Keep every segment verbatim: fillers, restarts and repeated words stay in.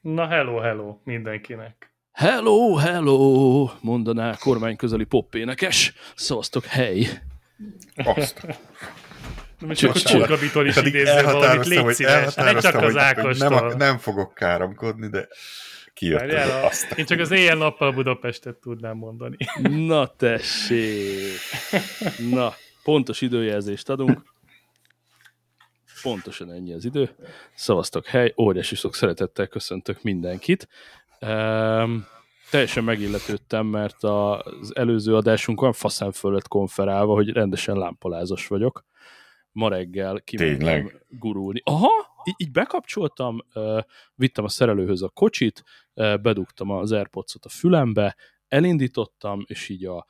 Na hello, hello mindenkinek. Hello, hello, mondaná kormányközeli popénekes. Szavaztok, hely! Azt. Nem csak a Csókabitól is idézzél valamit, légy szíves. Ne csak az Ákostól. Nem, nem fogok káromkodni, de kijött el, azt. Én csak az éjjel-nappal Budapestet tudnám mondani. Na tessék! Na, pontos időjelzést adunk. Pontosan ennyi az idő. Szavaztok, hely! Óriási sok szeretettel köszöntök mindenkit. Um, teljesen megilletődtem, mert az előző adásunk olyan faszán föl lett konferálva, hogy rendesen lámpalázos vagyok. Ma reggel kimentem gurulni. Aha, így, így bekapcsoltam, uh, vittem a szerelőhöz a kocsit, uh, bedugtam az AirPods-ot a fülembe, elindítottam, és így a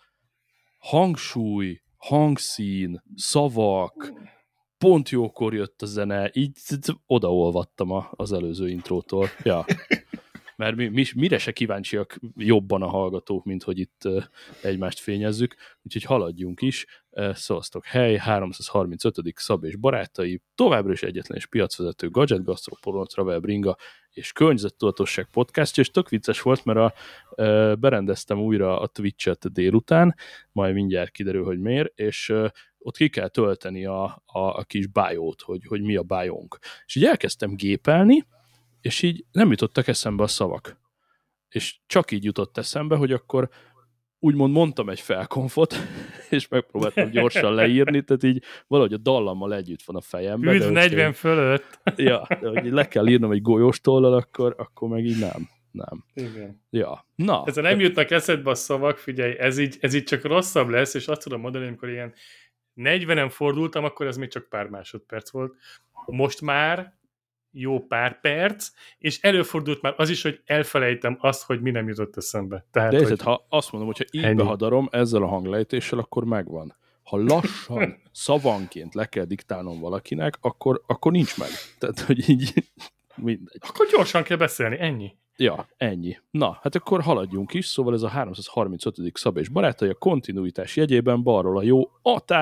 hangsúly, hangszín, szavak, pont jókor jött a zene, így odaolvattam az előző intrótól. Ja. Mert mi, mi, mire se kíváncsiak jobban a hallgatók, mint hogy itt uh, egymást fényezzük, úgyhogy haladjunk is. Uh, Szavaztok, hely, háromszázharmincötödik Szab és barátai, továbbra is egyetlen és piacvezető Gadget, Gastro, Porno, Travel, Bringa és Környezettudatosság podcastja, és tök vicces volt, mert a, uh, berendeztem újra a Twitch-et délután, majd mindjárt kiderül, hogy miért, és uh, ott ki kell tölteni a, a, a kis bájót, hogy, hogy mi a bájónk. És így elkezdtem gépelni, és így nem jutottak eszembe a szavak. És csak így jutott eszembe, hogy akkor úgymond mondtam egy felkonfot, és megpróbáltam gyorsan leírni, tehát így valahogy a dallammal együtt van a fejemben. Üdv negyven én... fölött. Ja, de hogy le kell írnom egy golyóstollal, akkor, akkor meg így nem. Nem. Igen. Ja, na. Ezzel nem jutnak eszedbe a szavak, figyelj, ez így, ez így csak rosszabb lesz, és azt tudom mondani, amikor ilyen negyvenen fordultam, akkor ez még csak pár másodperc volt. Most már jó pár perc, és előfordult már az is, hogy elfelejtem azt, hogy mi nem jutott eszembe. Tehát, de hogy... ha azt mondom, hogyha így behadarom ezzel a hanglejtéssel, akkor megvan. Ha lassan, szavanként le kell diktálnom valakinek, akkor, akkor nincs meg. Tehát, hogy így mindegy. Akkor gyorsan kell beszélni, ennyi. Ja, ennyi. Na, hát akkor haladjunk is, szóval ez a háromszázharmincötödik Szab és barátai a kontinuitás jegyében balról a jó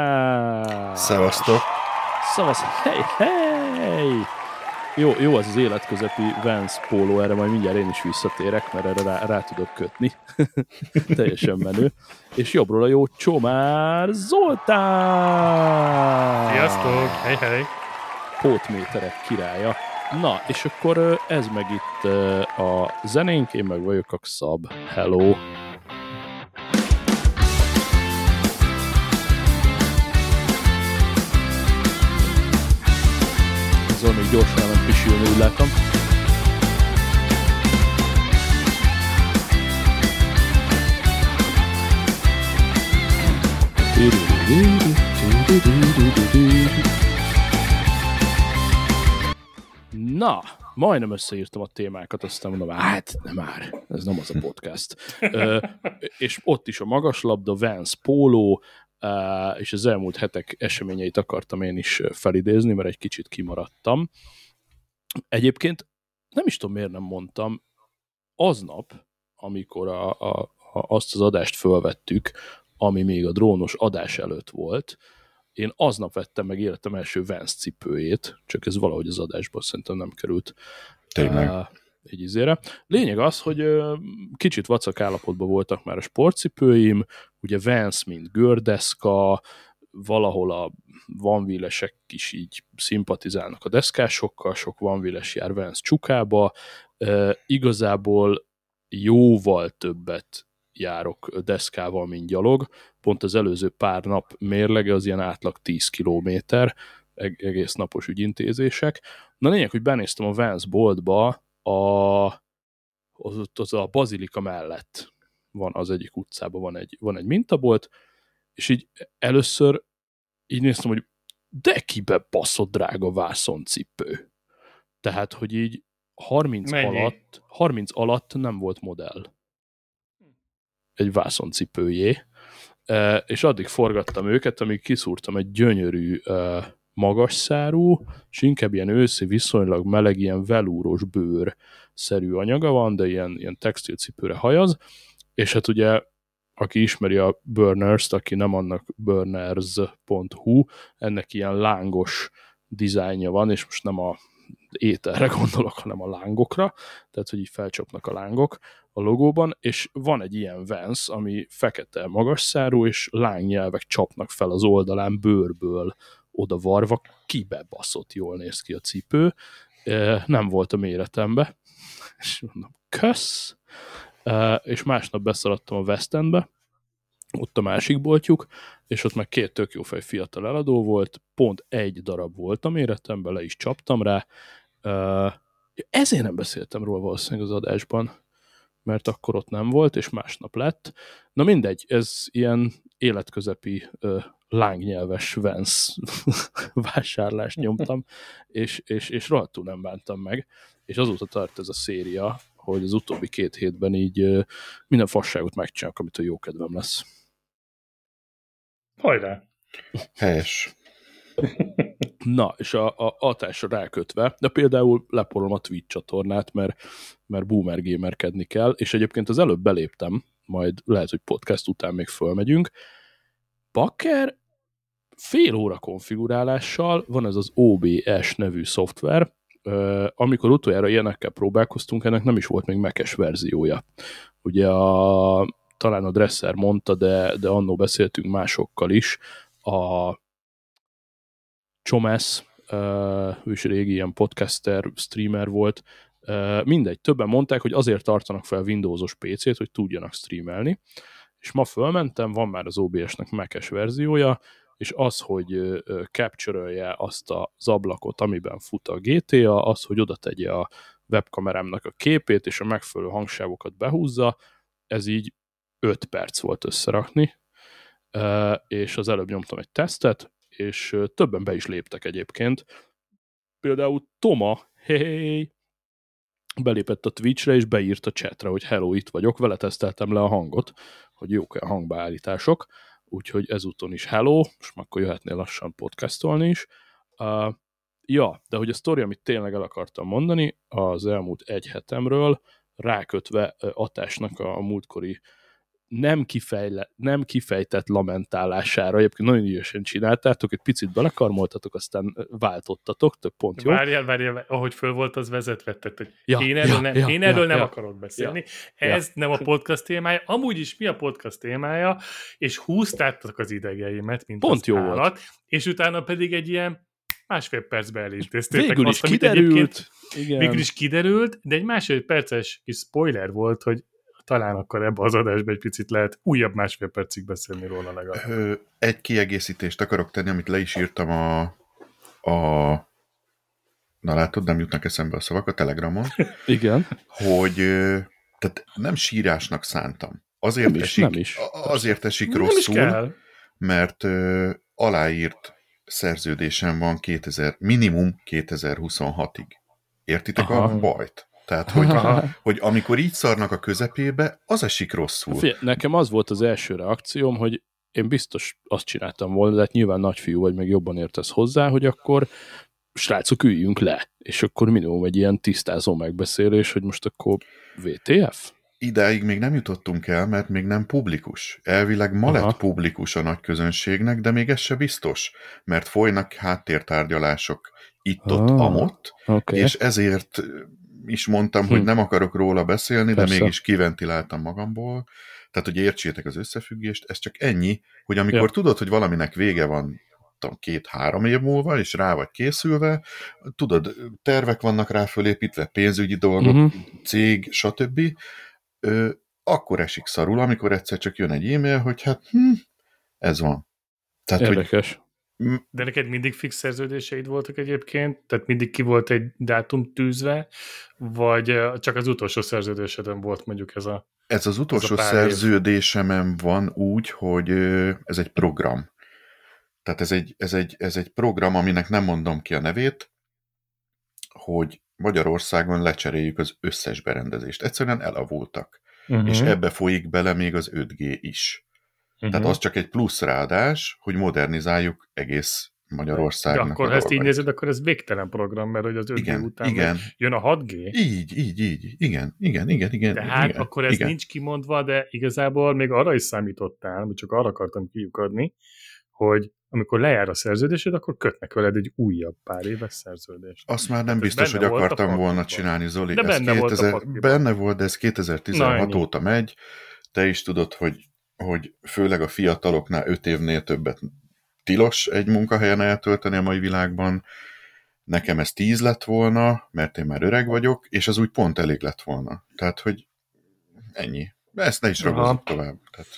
Atás! Szevasztok! Szavasz, hely, hely! Jó, jó az az életközepi Vans póló, erre majd mindjárt én is visszatérek, mert erre rá, rá tudok kötni. Teljesen menő. És jobbról a jó Csomár Zoltán! Sziasztok! Hej, hej! Pótméterek királya. Na, és akkor ez meg itt a zenénk, én meg vagyok a Szab. Hello! Azon még gyorsan nem pisilni, úgy látom. Na, majdnem összeírtam a témákat, aztán mondom, hát nem már, ez nem az a podcast. Ö, és ott is a magaslabda, Vans póló, Uh, és az elmúlt hetek eseményeit akartam én is felidézni, mert egy kicsit kimaradtam. Egyébként nem is tudom, miért nem mondtam, aznap, amikor a, a, a, azt az adást fölvettük, ami még a drónos adás előtt volt, én aznap vettem meg életem első Vans cipőjét, csak ez valahogy az adásból szerintem nem került. Tényleg. Uh, egy izére. Lényeg az, hogy ö, kicsit vacak állapotban voltak már a sportcipőim, ugye Vans, mint gördeszka, valahol a vanwheelesek is így szimpatizálnak a deszkásokkal, sok vanwheeles jár Vans csukába, ö, igazából jóval többet járok deszkával, mint gyalog, pont az előző pár nap mérlege az ilyen átlag tíz kilométer, egész napos ügyintézések. Na lényeg, hogy benéztem a Vans boltba, A, az, az a bazilika mellett van az egyik utcában, van egy, van egy mintabolt, és így először így néztem, hogy de kibe baszott drága vászoncipő. Tehát, hogy így harminc alatt, harminc alatt nem volt modell. Egy vászoncipőjé. És addig forgattam őket, amíg kiszúrtam egy gyönyörű magas szárú, és inkább ilyen őszi, viszonylag meleg, ilyen velúros bőr-szerű anyaga van, de ilyen, ilyen textilcipőre hajaz, és hát ugye, aki ismeri a Burners-t, aki nem annak burners pont hu, ennek ilyen lángos dizájnja van, és most nem a ételre gondolok, hanem a lángokra, tehát hogy így felcsapnak a lángok a logóban, és van egy ilyen Vans, ami fekete magas szárú, és lángnyelvek csapnak fel az oldalán bőrből oda varva, kibebaszott jól néz ki a cipő, nem volt a méretembe, és mondom, kösz, és másnap beszaladtam a West Endbe, ott a másik boltjuk, és ott meg két tök jó fej fiatal eladó volt, pont egy darab volt a méretemben, le is csaptam rá. Ezért nem beszéltem róla valószínűleg az adásban, mert akkor ott nem volt, és másnap lett. Na mindegy, ez ilyen életközepi lángnyelves Vans vásárlást nyomtam, és, és, és rohadtul nem bántam meg, és azóta tart ez a széria, hogy az utóbbi két hétben így minden fasságot megcsinálok, amit a jó kedvem lesz. Hajrá! Helyes. Na, és a, a hatásra rákötve, de például leporolom a Twitch csatornát, mert, mert boomer gamerkedni kell, és egyébként az előbb beléptem, majd lehet, hogy podcast után még fölmegyünk. Bakker fél óra konfigurálással van ez az o bé es nevű szoftver, amikor utoljára ilyenekkel próbálkoztunk, ennek nem is volt még Mac-es verziója. Ugye a, talán a Dresser mondta, de, de annó beszéltünk másokkal is, a Csomász, ő is régi ilyen podcaster, streamer volt, mindegy, többen mondták, hogy azért tartanak fel Windowsos pé cét, hogy tudjanak streamelni, és ma fölmentem, van már az o bé es-nek Mac-es verziója, és az, hogy capture-ölje azt az ablakot, amiben fut a gé té á, az, hogy oda tegye a webkamerámnak a képét, és a megfelelő hangsávokat behúzza, ez így öt perc volt összerakni, és az előbb nyomtam egy tesztet, és többen be is léptek egyébként. Például Toma, hey, belépett a Twitchre, és beírt a chatra, hogy hello, itt vagyok, vele teszteltem le a hangot, hogy jók a hangbeállítások, úgyhogy ezúton is hello, most már akkor jöhetnél lassan podcastolni is. Uh, ja, de hogy a sztori, amit tényleg el akartam mondani, az elmúlt egy hetemről, rákötve uh, Atásnak a, a múltkori nem, kifejle, nem kifejtett lamentálására, egyébként nagyon ügyesen csináltátok, egy picit belekarmoltatok, aztán váltottatok, tök pont jó. Várjál, várjál, ahogy föl volt az vezetve, tehát, hogy ja, én erről, ja, nem, ja, én erről ja, nem ja, akarok beszélni, ja, ez ja. nem a podcast témája, amúgy is mi a podcast témája, és húztátok az idegeimet, mint pont az jó állat, volt. És utána pedig egy ilyen másfél percbe elintéztétek. Végül is azt, kiderült. Igen. Végül is kiderült, de egy másfél perces kis spoiler volt, hogy talán akkor ebbe az adásba egy picit lehet újabb másfél percig beszélni róla legalább. Egy kiegészítést akarok tenni, amit le is írtam a, a na látod, nem jutnak eszembe a szavak a Telegramon. Igen. Hogy tehát nem sírásnak szántam. Azért nem is, esik, nem is. azért esik nem rosszul, is mert ö, aláírt szerződésem van kétezer, minimum kétezer-huszonhatig. Értitek Aha. a bajt? Tehát, hogy, hogy amikor így szarnak a közepébe, az esik rosszul. Fé, nekem az volt az első reakcióm, hogy én biztos azt csináltam volna, de hát nyilván nagyfiú vagy, meg jobban értesz hozzá, hogy akkor srácok, üljünk le, és akkor minimum egy ilyen tisztázó megbeszélés, hogy most akkor vé té ef? Idáig még nem jutottunk el, mert még nem publikus. Elvileg ma Aha. lett publikus a nagy közönségnek, de még ez se biztos, mert folynak háttértárgyalások itt-ott, ah, amott, okay. És ezért is mondtam, hm. hogy nem akarok róla beszélni, Persze. de mégis kiventiláltam magamból. Tehát, hogy értsétek az összefüggést, ez csak ennyi, hogy amikor ja. tudod, hogy valaminek vége van, tudom, két-három év múlva, és rá vagy készülve, tudod, tervek vannak rá fölépítve, pénzügyi dolgok, uh-huh. cég, stb., Ö, akkor esik szarul, amikor egyszer csak jön egy e-mail, hogy hát hm, ez van. Tehát, Érdekes. Hogy, de neked mindig fix szerződéseid voltak egyébként? Tehát mindig ki volt egy dátum tűzve? Vagy csak az utolsó szerződéseden volt mondjuk ez a Ez az utolsó ez szerződésemen van úgy, hogy ez egy program. Tehát ez egy, ez, egy, ez egy program, aminek nem mondom ki a nevét, hogy Magyarországon lecseréljük az összes berendezést. Egyszerűen elavultak. Uh-huh. És ebbe folyik bele még az öt gé is. Uh-huh. Tehát az csak egy plusz ráadás, hogy modernizáljuk egész Magyarországnak. De akkor ha ezt így nézed, akkor ez végtelen program, mert hogy az öt gé igen, után igen. jön a hat gé. Így, így, így. Igen, igen, igen, igen. Tehát igen, akkor ez igen. nincs kimondva, de igazából még arra is számítottál, hogy csak arra akartam kiukadni, hogy amikor lejár a szerződésed, akkor kötnek veled egy újabb pár éves szerződést. Azt már nem hát biztos, hogy akartam volna csinálni, Zoli. De ez benne kétezer volt a pakliban. Benne volt, de ez kétezer-tizenhat óta megy. Te is tudod, hogy, hogy főleg a fiataloknál öt évnél többet tilos egy munkahelyen eltölteni a mai világban. Nekem ez tíz lett volna, mert én már öreg vagyok, és az úgy pont elég lett volna. Tehát, hogy ennyi. De ezt ne is ragozzuk tovább. Tehát,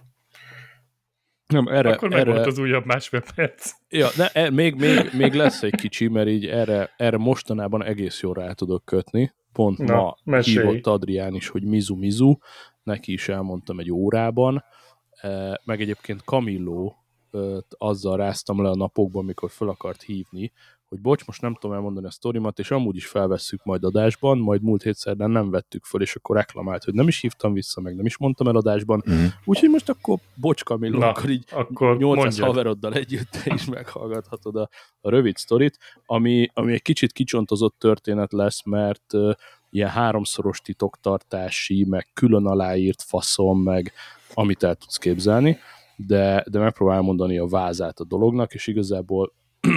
nem, erre, akkor meg erre... volt az újabb másfél perc. Ja, de e, még, még, még lesz egy kicsi, mert így erre, erre mostanában egész jól rá tudok kötni. Pont Na, ma mesélj. Hívott Adrián is, hogy Mizu Mizu, neki is elmondtam egy órában, e, meg egyébként Camillo azzal ráztam le a napokban, amikor fel akart hívni, hogy bocs, most nem tudom elmondani a sztorimat, és amúgy is felvesszük majd adásban, majd múlt hétszerdán nem vettük föl, és akkor reklamált, hogy nem is hívtam vissza, meg nem is mondtam el adásban. Mm. Úgyhogy most akkor bocs, Camillo, Na, akkor így akkor nyolcszáz mondjad. Haveroddal együtt te is meghallgathatod a, a rövid sztorit, ami, ami egy kicsit kicsontozott történet lesz, mert uh, ilyen háromszoros titoktartási, meg külön aláírt faszom, meg amit el tudsz képzelni, de, de megpróbál mondani a vázát a dolognak, és igazából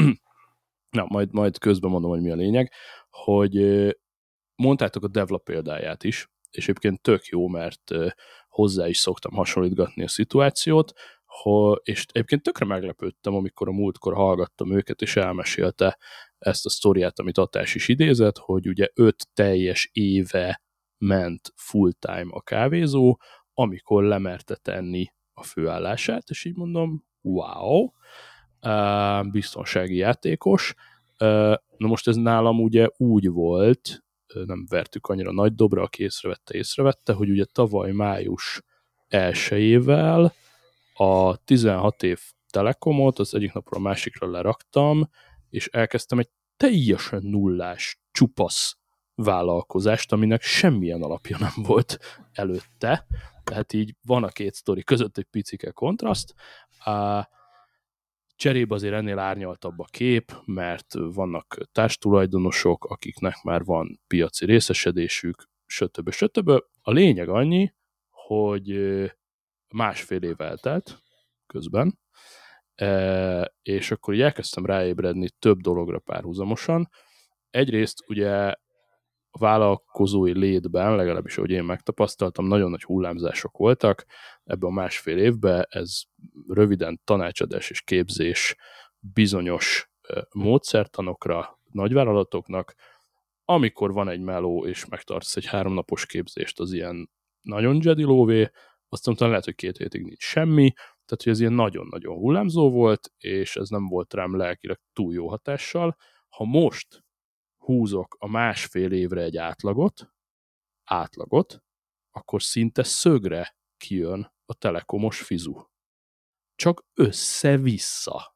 na, majd, majd közben mondom, hogy mi a lényeg, hogy mondtátok a Devla példáját is, és egyébként tök jó, mert hozzá is szoktam hasonlítgatni a szituációt, és egyébként tökre meglepődtem, amikor a múltkor hallgattam őket, és elmesélte ezt a sztoriát, amit Attás is idézett, hogy ugye öt teljes éve ment full-time a kávézó, amikor lemerte tenni a főállását, és így mondom, wow, Uh, biztonsági játékos. Uh, na most ez nálam ugye úgy volt, uh, nem vertük annyira nagy dobra, aki észrevette, észrevette, hogy ugye tavaly május elsejével a tizenhat év Telekomot az egyik napról a másikra leraktam, és elkezdtem egy teljesen nullás, csupasz vállalkozást, aminek semmilyen alapja nem volt előtte. Tehát így van a két sztori között egy picike kontraszt. Uh, Cserébe azért ennél árnyaltabb a kép, mert vannak társtulajdonosok, akiknek már van piaci részesedésük, stb. stb. A lényeg annyi, hogy másfél év eltelt közben, és akkor így elkezdtem ráébredni több dologra párhuzamosan. Egyrészt ugye a vállalkozói létben, legalábbis ahogy én megtapasztaltam, nagyon nagy hullámzások voltak ebben a másfél évben, ez röviden tanácsadás és képzés bizonyos módszertanokra, nagyvállalatoknak, amikor van egy meló és megtartsz egy háromnapos képzést, az ilyen nagyon Jedi lóvé, aztán talán lehet, hogy két hétig nincs semmi, tehát hogy ez ilyen nagyon-nagyon hullámzó volt, és ez nem volt rám lelkileg túl jó hatással. Ha most húzok a másfél évre egy átlagot, átlagot, akkor szinte szögre kijön a telekomos fizu. Csak össze-vissza.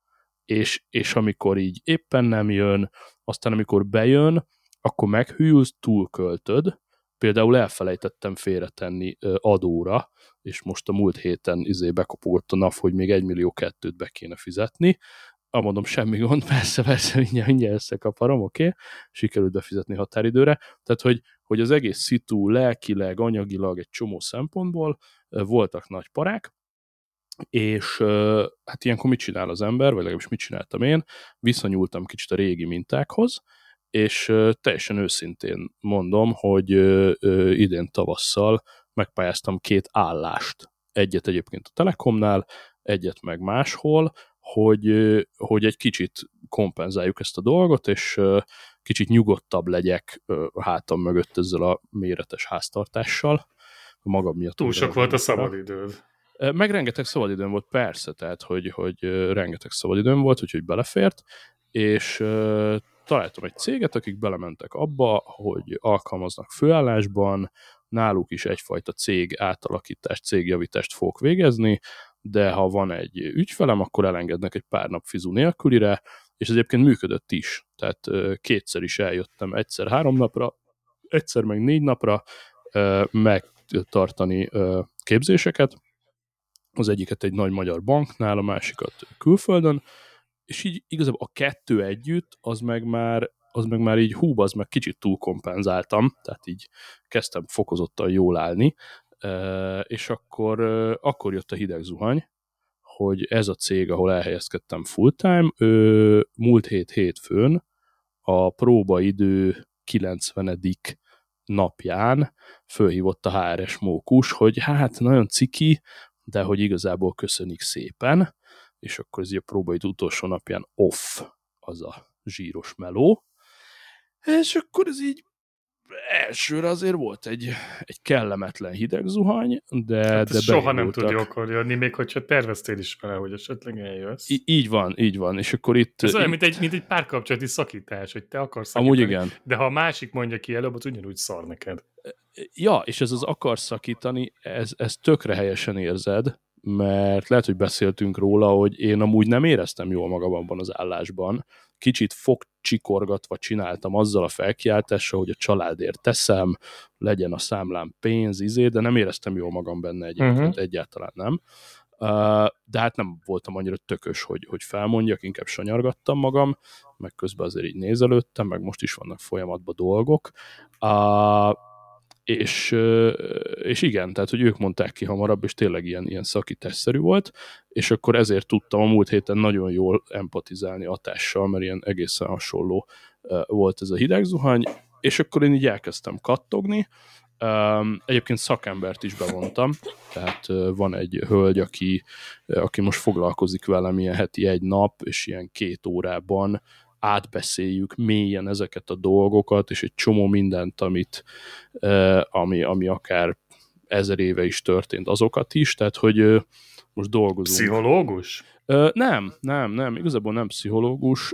És, és amikor így éppen nem jön, aztán amikor bejön, akkor meghűlsz, túlköltöd. Például elfelejtettem félretenni adóra, és most a múlt héten izé bekopogott a NAV, hogy még egy millió kettőt be kéne fizetni. Ah, mondom, semmi gond, persze, persze, mindjárt, mindjárt összekaparom, oké, okay. Sikerült befizetni határidőre. Tehát, hogy, hogy az egész szitu lelkileg, anyagilag egy csomó szempontból voltak nagy parák, és hát ilyenkor mit csinál az ember, vagy legalábbis mit csináltam én, viszonyultam kicsit a régi mintákhoz, és teljesen őszintén mondom, hogy idén tavasszal megpályáztam két állást. Egyet egyébként a Telekomnál, egyet meg máshol, hogy, hogy egy kicsit kompenzáljuk ezt a dolgot, és kicsit nyugodtabb legyek a hátam mögött ezzel a méretes háztartással. Magam miatt. Túl sok volt a szabadidőd. Meg rengeteg szabadidőm volt, persze, tehát, hogy, hogy rengeteg szabadidőm volt, úgyhogy belefért, és találtam egy céget, akik belementek abba, hogy alkalmaznak főállásban, náluk is egyfajta cég átalakítást, cégjavítást fogok végezni, de ha van egy ügyfelem, akkor elengednek egy pár nap fizu nélkülire, és ez egyébként működött is. Tehát kétszer is eljöttem, egyszer három napra, egyszer meg négy napra megtartani képzéseket. Az egyiket egy nagy magyar banknál, a másikat külföldön, és így igazából a kettő együtt, az meg már, az meg már így hú, az meg kicsit túlkompenzáltam, tehát így kezdtem fokozottan jól állni, és akkor, akkor jött a hideg zuhany, hogy ez a cég, ahol elhelyezkedtem full-time, ő múlt hét hétfőn a próbaidő kilencvenedik napján fölhívott a há er es mókus, hogy hát nagyon ciki, de hogy igazából köszönik szépen, és akkor ez így a próbaidő utolsó napján off az a zsíros meló, és akkor ez így elsőre azért volt egy, egy kellemetlen hideg zuhany, de, hát de soha nem tud beindultak. jókor jönni, még hogyha terveztél is vele, hogy esetleg eljössz. I- így van, így van, és akkor itt... Ez olyan, itt... mint egy, mint egy párkapcsolati szakítás, hogy te akarsz Amúgy szakítani, igen. de ha a másik mondja ki előbb, az ugyanúgy szar neked. Ja, és ez az akarsz szakítani, ez, ez tökre helyesen érzed, mert lehet, hogy beszéltünk róla, hogy én amúgy nem éreztem jól magam abban az állásban. Kicsit fogcsikorgatva csináltam azzal a felkiáltással, hogy a családért teszem, legyen a számlám pénz, izé, de nem éreztem jól magam benne egyébként, uh-huh. egyáltalán nem. De hát nem voltam annyira tökös, hogy, hogy felmondjak, inkább sanyargattam magam, meg közben azért így nézelődtem, meg most is vannak folyamatban dolgok. Uh, És, és igen, tehát, hogy ők mondták ki hamarabb, és tényleg ilyen, ilyen szakításszerű volt, és akkor ezért tudtam a múlt héten nagyon jól empatizálni Atással, mert ilyen egészen hasonló volt ez a hidegzuhany, és akkor én így elkezdtem kattogni. Egyébként szakembert is bevontam, tehát van egy hölgy, aki, aki most foglalkozik velem ilyen heti egy nap, és ilyen két órában átbeszéljük mélyen ezeket a dolgokat, és egy csomó mindent, amit, ami, ami akár ezer éve is történt, azokat is, tehát, hogy most dolgozunk. Pszichológus? Nem, nem, nem, igazából nem pszichológus.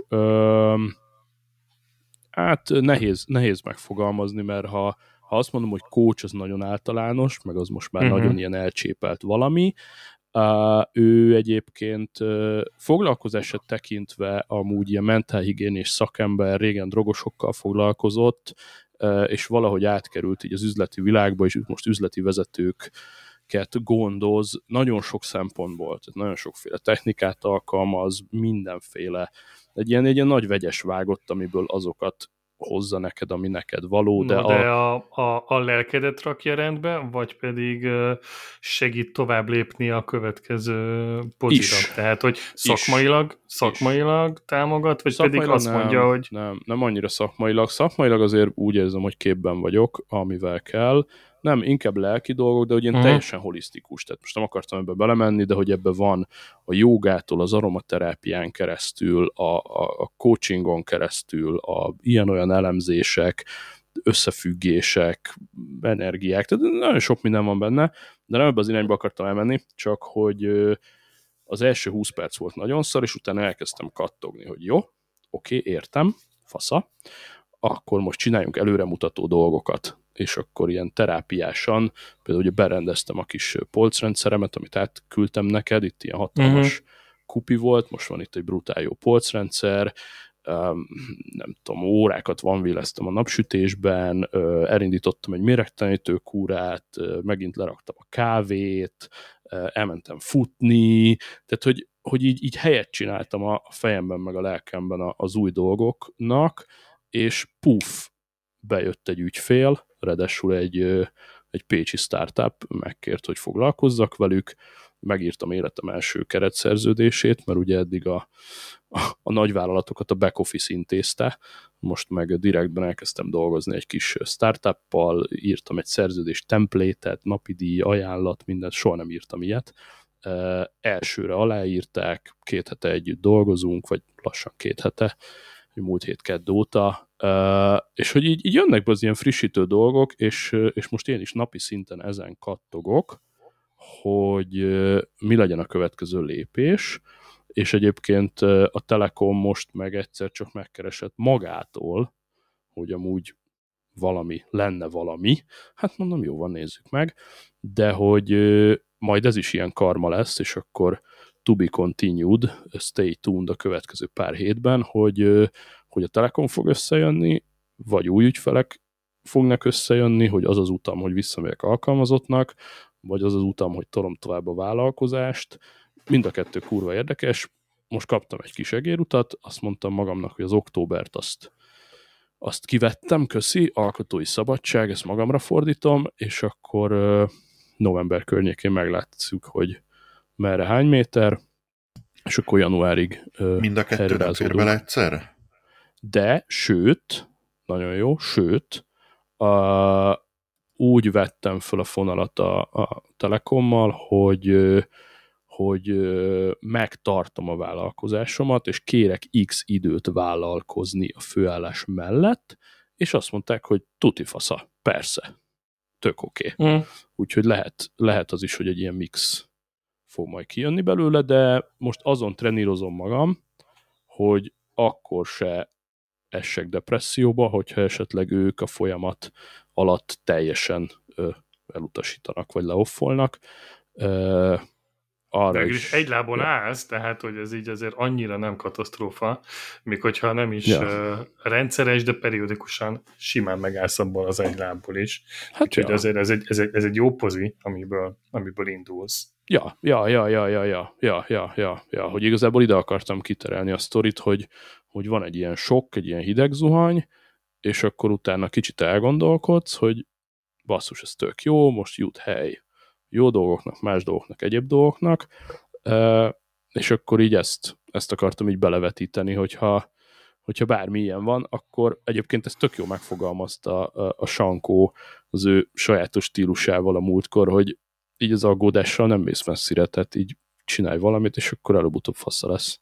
Hát nehéz, nehéz megfogalmazni, mert ha, ha azt mondom, hogy coach, az nagyon általános, meg az most már uh-huh. nagyon ilyen elcsépelt valami, Uh, ő egyébként uh, foglalkozását tekintve amúgy ilyen mentálhigiénés szakember, régen drogosokkal foglalkozott, uh, és valahogy átkerült így az üzleti világba, és most üzleti vezetőket gondoz nagyon sok szempontból, tehát nagyon sokféle technikát alkalmaz, mindenféle, egy ilyen, egy ilyen nagy vegyes vágott, amiből azokat hozza neked, ami neked való. De, no, de a... A, a, a lelkedet rakja rendbe, vagy pedig segít tovább lépni a következő pozíra? Tehát, hogy szakmailag, is. szakmailag támogat, vagy szakmailag pedig azt nem, mondja, hogy... Nem, nem annyira szakmailag. Szakmailag azért úgy érzem, hogy képben vagyok, amivel kell. Nem, inkább lelki dolgok, de hogy ilyen uh-huh. teljesen holisztikus. Tehát most nem akartam ebbe belemenni, de hogy ebbe van a jogától, az aromaterápián keresztül, a, a, a coachingon keresztül, a ilyen-olyan elemzések, összefüggések, energiák, tehát nagyon sok minden van benne, de nem ebbe az irányba akartam elmenni, csak hogy az első húsz perc volt nagyon szar, és utána elkezdtem kattogni, hogy jó, oké, értem, fasza, akkor most csináljunk előremutató dolgokat, és akkor ilyen terápiásan, például ugye berendeztem a kis polcrendszeremet, amit átküldtem neked, itt ilyen hatalmas uh-huh. kupi volt, most van itt egy brutál jó polcrendszer, um, nem tudom, órákat vanvilleztem a napsütésben, uh, elindítottam egy méregtelenítő kúrát, uh, megint leraktam a kávét, uh, elmentem futni, tehát hogy, hogy így, így helyet csináltam a fejemben, meg a lelkemben az új dolgoknak, és puf, bejött egy ügyfél, ráadásul egy, egy pécsi startup megkért, hogy foglalkozzak velük, megírtam életem első keretszerződését, mert ugye eddig a, a, a nagyvállalatokat a back office intézte, most meg direktben elkezdtem dolgozni egy kis startuppal, írtam egy szerződés template-et, napi díj, ajánlat, mindent, soha nem írtam ilyet. E, elsőre aláírták, két hete együtt dolgozunk, vagy lassan két hete, múlt hét kedd óta, uh, és hogy így, így jönnek be az ilyen frissítő dolgok, és, és most én is napi szinten ezen kattogok, hogy uh, mi legyen a következő lépés, és egyébként uh, a Telekom most meg egyszer csak megkeresett magától, hogy amúgy valami, lenne valami, hát mondom, jó van, nézzük meg, de hogy uh, majd ez is ilyen karma lesz, és akkor to be continued, stay tuned a következő pár hétben, hogy, hogy a Telekom fog összejönni, vagy új ügyfelek fognak összejönni, hogy az az utam, hogy visszamegyek alkalmazottnak, vagy az az utam, hogy tolom tovább a vállalkozást. Mind a kettő kurva érdekes. Most kaptam egy kis egérutat, azt mondtam magamnak, hogy az októbert azt, azt kivettem, köszi, alkotói szabadság, ezt magamra fordítom, és akkor november környékén meglátszuk, hogy merre hány méter, és akkor januárig uh, mind a kettő nem fér bele egyszerre? De, sőt, nagyon jó, sőt, uh, úgy vettem föl a fonalat a, a Telekommal, hogy, hogy megtartom a vállalkozásomat, és kérek X időt vállalkozni a főállás mellett, és azt mondták, hogy tuti fasza, persze, tök oké. Okay. Mm. Úgyhogy lehet, lehet az is, hogy egy ilyen mix fog majd kijönni belőle, de most azon trenírozom magam, hogy akkor se essek depresszióba, hogyha esetleg ők a folyamat alatt teljesen ö, elutasítanak, vagy leoffolnak. Ö, arra de is, egy lábon ja. állsz, tehát, hogy ez így azért annyira nem katasztrófa, még hogyha nem is ja. uh, rendszeres, de periódikusan simán megállsz abból az egy lábból is. Hát úgyhogy ja. azért ez egy, ez, egy, ez egy jó pozi, amiből, amiből indulsz. Ja, ja, ja, ja, ja, ja, ja, ja, ja, ja, hogy igazából ide akartam kiterelni a sztorit, hogy, hogy van egy ilyen sok, egy ilyen hideg zuhany, és akkor utána kicsit elgondolkodsz, hogy basszus, ez tök jó, most jut hely jó dolgoknak, más dolgoknak, egyéb dolgoknak, és akkor így ezt, ezt akartam így belevetíteni, hogyha, hogyha bármi ilyen van, akkor egyébként ez tök jó megfogalmazta a, a Sankó az ő sajátos stílusával a múltkor, hogy így az aggódással nem mész messzire, tehát így csinálj valamit, és akkor előbb-utóbb fasza lesz.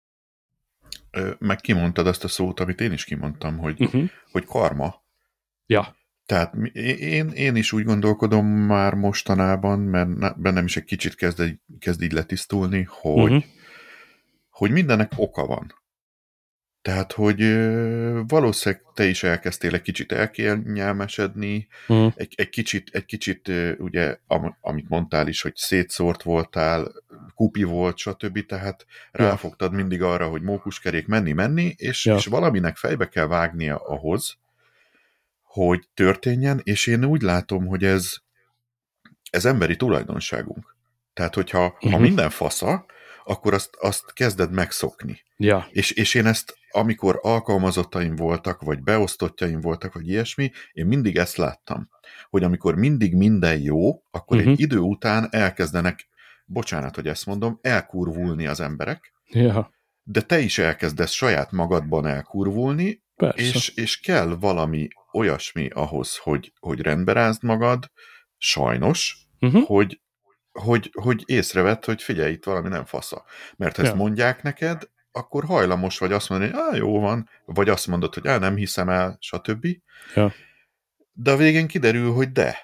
Meg kimondtad azt a szót, amit én is kimondtam, hogy, uh-huh. hogy karma. Ja. Tehát én, én is úgy gondolkodom már mostanában, mert bennem is egy kicsit kezd, kezd így letisztulni, hogy, uh-huh. hogy mindennek oka van. Tehát, hogy valószínűleg te is elkezdtél egy kicsit elkényelmesedni, uh-huh. egy, egy kicsit, egy kicsit ugye, am, amit mondtál is, hogy szétszórt voltál, kupi volt, stb. Tehát ja. ráfogtad mindig arra, hogy mókuskerék menni-menni, és, ja. és valaminek fejbe kell vágnia ahhoz, hogy történjen, és én úgy látom, hogy ez, ez emberi tulajdonságunk. Tehát, hogyha uh-huh. ha minden fasza, akkor azt, azt kezded megszokni. Ja. És, és én ezt, amikor alkalmazottaim voltak, vagy beosztottjaim voltak, vagy ilyesmi, én mindig ezt láttam, hogy amikor mindig minden jó, akkor uh-huh. egy idő után elkezdenek, bocsánat, hogy ezt mondom, elkurvulni az emberek, ja. de te is elkezdesz saját magadban elkurvulni, és, és kell valami olyasmi ahhoz, hogy, hogy rendbe rázd magad, sajnos, uh-huh. hogy, hogy, hogy észrevedd, hogy figyelj, itt valami nem fasza. Mert ha ja. ezt mondják neked, akkor hajlamos vagy azt mondani, hogy á, jó van, vagy azt mondod, hogy á, nem hiszem el, stb. Ja. De a végén kiderül, hogy de.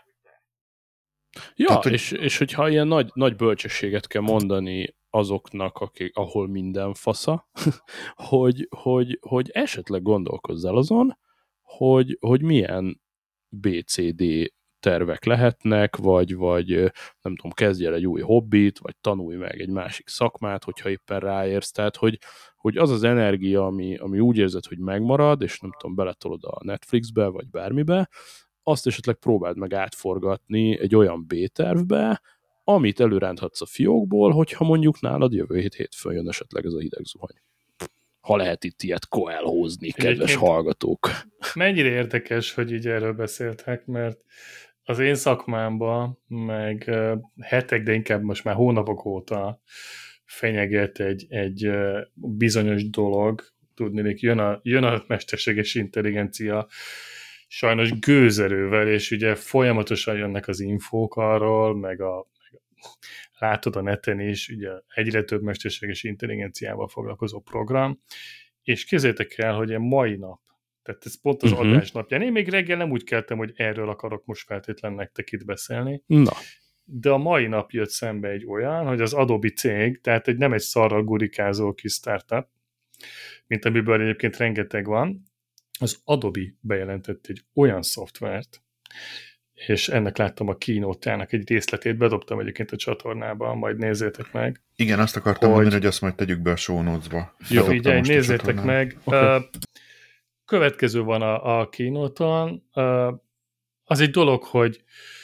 Ja, Tehát, hogy... és, és hogyha ilyen nagy, nagy bölcsességet kell mondani azoknak, akik, ahol minden fasza, hogy, hogy, hogy esetleg gondolkozzál azon, hogy, hogy milyen bé cé dé tervek lehetnek, vagy, vagy nem tudom, kezdj el egy új hobbit, vagy tanulj meg egy másik szakmát, hogyha éppen ráérsz. Tehát, hogy, hogy az az energia, ami, ami úgy érzed, hogy megmarad, és nem tudom, beletolod a Netflixbe, vagy bármibe, azt esetleg próbáld meg átforgatni egy olyan B-tervbe, amit előránthatsz a fiókból, hogyha mondjuk nálad jövő hét hétfőn jön esetleg ez a hideg zuhany. Ha lehet itt ilyet koelhozni, kedves hallgatók. Mennyire érdekes, hogy így erről beszéltek, mert az én szakmámban meg hetek, de inkább most már hónapok óta fenyeget egy, egy bizonyos dolog, tudnék, jön a, jön a mesterséges intelligencia sajnos gőzerővel, és ugye folyamatosan jönnek az infók arról, meg a, meg a látod a neten is, ugye egyre több mesterséges intelligenciával foglalkozó program, és képzeljétek el, hogy a mai nap, tehát ez pont az uh-huh. adás napján, én még reggel nem úgy keltem, hogy erről akarok most feltétlenül nektek itt beszélni, na. De a mai nap jött szembe egy olyan, hogy az Adobe cég, tehát egy, nem egy szarral gurikázó kis startup, mint amiből egyébként rengeteg van, az Adobe bejelentett egy olyan szoftvert, és ennek láttam a keynote-jának egy részletét, bedobtam egyébként a csatornába, majd nézzétek meg. Igen, azt akartam hogy... mondani, hogy azt majd tegyük be a show notes-ba. Jó, figyelj, nézzétek meg. Okay. Uh, következő van a, a keynote-on. Uh, az egy dolog, hogy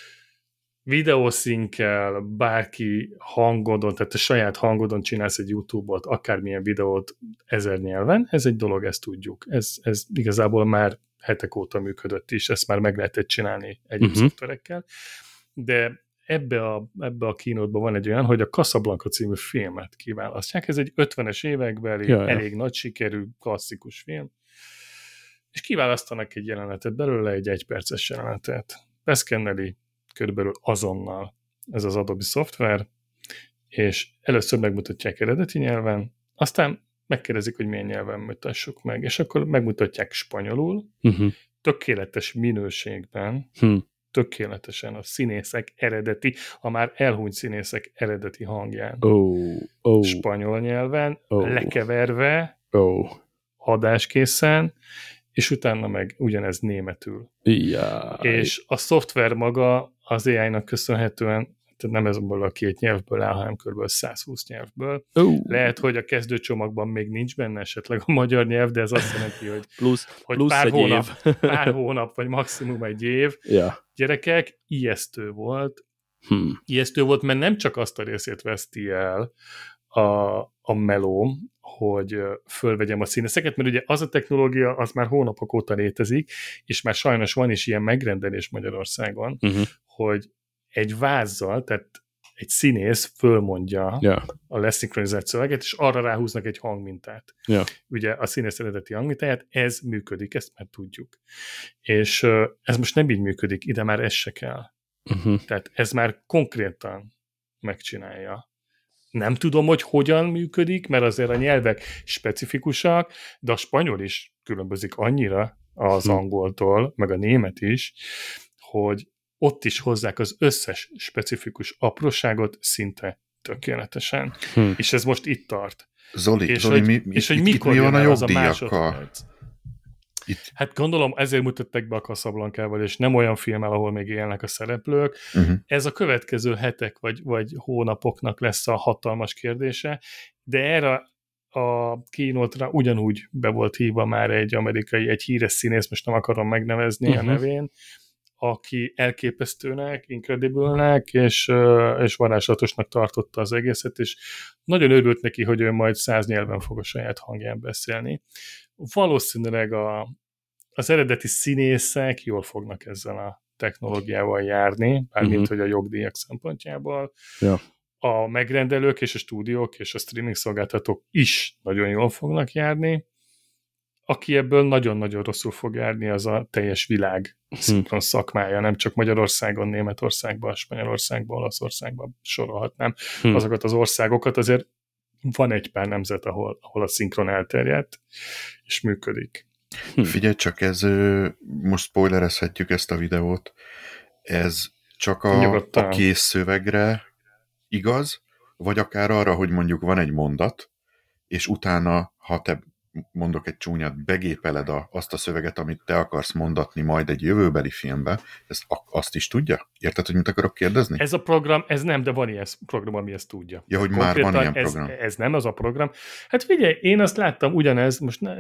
videószinkkel bárki hangodon, tehát a saját hangodon csinálsz egy YouTube-ot, akármilyen videót ezer nyelven, ez egy dolog, ezt tudjuk. Ez, ez igazából már hetek óta működött is, ezt már meg lehetett csinálni egyéb uh-huh. szoftverekkel, de ebbe a, ebbe a kínótban van egy olyan, hogy a Casablanca című filmet kiválasztják. Ez egy ötvenes évekbeli, ja, elég ja. nagy sikerű, klasszikus film. És kiválasztanak egy jelenetet belőle, egy egyperces jelenetet. Beszkenneli körülbelül azonnal ez az Adobe szoftver, és először megmutatják eredeti nyelven, aztán megkérdezik, hogy milyen nyelven mutassuk meg, és akkor megmutatják spanyolul, uh-huh. tökéletes minőségben, uh-huh. tökéletesen a színészek eredeti, a már elhunyt színészek eredeti hangján. Oh, oh. Spanyol nyelven, oh. lekeverve, oh. adáskészen, és utána meg ugyanez németül. Jaj. És a szoftver maga az á í-nak köszönhetően, tehát nem ezből a két nyelvből áll, hanem kb. százhúsz nyelvből. Oh. Lehet, hogy a kezdőcsomagban még nincs benne esetleg a magyar nyelv, de ez azt jelenti, hogy, plusz, hogy plusz pár, egy hónap, év. pár hónap, vagy maximum egy év. Yeah. Gyerekek, ijesztő volt. Hmm. Ijesztő volt, mert nem csak azt a részét veszti el a, a melóm, hogy fölvegyem a színészeket, mert ugye az a technológia, az már hónapok óta létezik, és már sajnos van is ilyen megrendelés Magyarországon, uh-huh. hogy egy vázzal, tehát egy színész fölmondja yeah. a leszinkronizált szöveget, és arra ráhúznak egy hangmintát. Yeah. Ugye a színész eredeti hangmintáját, ez működik, ezt már tudjuk. És ez most nem így működik, ide már ez se kell. Uh-huh. Tehát ez már konkrétan megcsinálja. Nem tudom, hogy hogyan működik, mert azért a nyelvek specifikusak, de a spanyol is különbözik annyira az angoltól, meg a német is, hogy ott is hozzák az összes specifikus apróságot szinte tökéletesen. Hm. És ez most itt tart. Zoli, és Zoli hogy, mi, és hogy itt, mikor itt mi van a az a jogdíjakkal? Itt. Hát gondolom ezért mutatták be a Casablancával, és nem olyan filmmel, ahol még élnek a szereplők. Uh-huh. Ez a következő hetek vagy, vagy hónapoknak lesz a hatalmas kérdése, de erre a kínótra ugyanúgy be volt hívva már egy amerikai, egy híres színész, most nem akarom megnevezni uh-huh. a nevén, aki elképesztőnek, incredible-nek, és, és varázslatosnak tartotta az egészet, és nagyon örült neki, hogy ő majd száz nyelven fog a saját hangján beszélni. Valószínűleg a, az eredeti színészek jól fognak ezzel a technológiával járni, bármint, uh-huh. hogy a jogdíjak szempontjából. Ja. A megrendelők és a stúdiók és a streaming szolgáltatók is nagyon jól fognak járni. Aki ebből nagyon-nagyon rosszul fog járni, az a teljes világ szinkron szakmája, nem csak Magyarországon, Németországban, Spanyolországban, Olaszországban sorolhatnám hmm. azokat az országokat, azért van egy pár nemzet, ahol, ahol a szinkron elterjedt, és működik. Hmm. Figyelj csak, ez, most spoilerezhetjük ezt a videót, ez csak a, a kész szövegre igaz, vagy akár arra, hogy mondjuk van egy mondat, és utána, ha te mondok egy csúnyat, begépeled a, azt a szöveget, amit te akarsz mondatni majd egy jövőbeli filmbe, ezt azt is tudja? Érted, hogy mit akarok kérdezni? Ez a program, ez nem, de van ilyen program, ami ezt tudja. Ja, hogy konkrétan már van ilyen ez, program. Ez nem az a program. Hát figyelj, én azt láttam, ugyanez, most ne,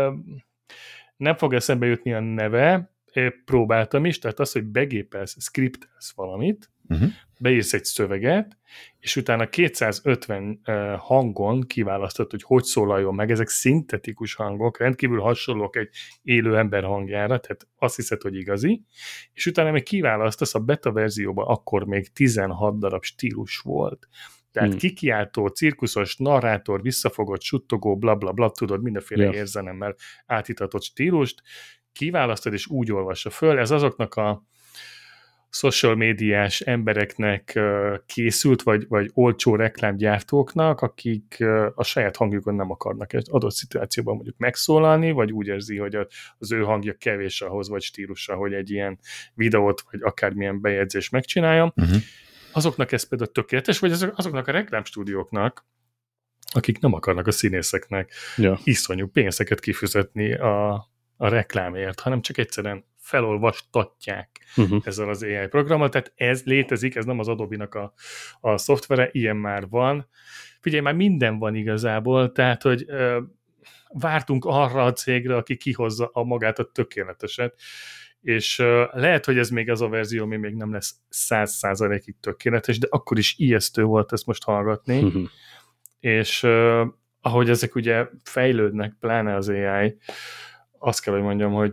nem fog eszembe jutni a neve, próbáltam is, tehát az, hogy begépelsz, skriptelsz valamit, uh-huh. beírsz egy szöveget, és utána kétszázötven uh, hangon kiválasztod, hogy hogy szólaljon meg, ezek szintetikus hangok, rendkívül hasonlók egy élő ember hangjára, tehát azt hiszed, hogy igazi, és utána még kiválasztasz, a beta verzióban akkor még tizenhat darab stílus volt. Tehát hmm. kikiáltó, cirkuszos, narrátor, visszafogott, suttogó, blablabla, bla, bla, tudod, mindenféle yeah. érzelemmel átitatott stílust, kiválasztod, és úgy olvassa föl. Ez azoknak a social médiás embereknek készült, vagy, vagy olcsó reklámgyártóknak, akik a saját hangjukon nem akarnak egy adott szituációban mondjuk megszólalni, vagy úgy érzi, hogy az ő hangja kevés ahhoz, vagy stílusa, hogy egy ilyen videót, vagy akármilyen bejegyzést megcsináljon. Uh-huh. Azoknak ez például tökéletes, vagy azoknak a reklámstúdióknak, akik nem akarnak a színészeknek ja. iszonyú pénzeket kifizetni a, a reklámért, hanem csak egyszerűen felolvastatják uh-huh. ezzel az á i programmal, tehát ez létezik, ez nem az Adobe-nak a, a szoftvere, ilyen már van. Figyelj, már minden van igazából, tehát, hogy ö, vártunk arra a cégre, aki kihozza a magát a tökéleteset, és ö, lehet, hogy ez még az a verzió, ami még nem lesz száz százalékig tökéletes, de akkor is ijesztő volt ezt most hallgatni, uh-huh. és ö, ahogy ezek ugye fejlődnek, pláne az á i, azt kell, hogy mondjam, hogy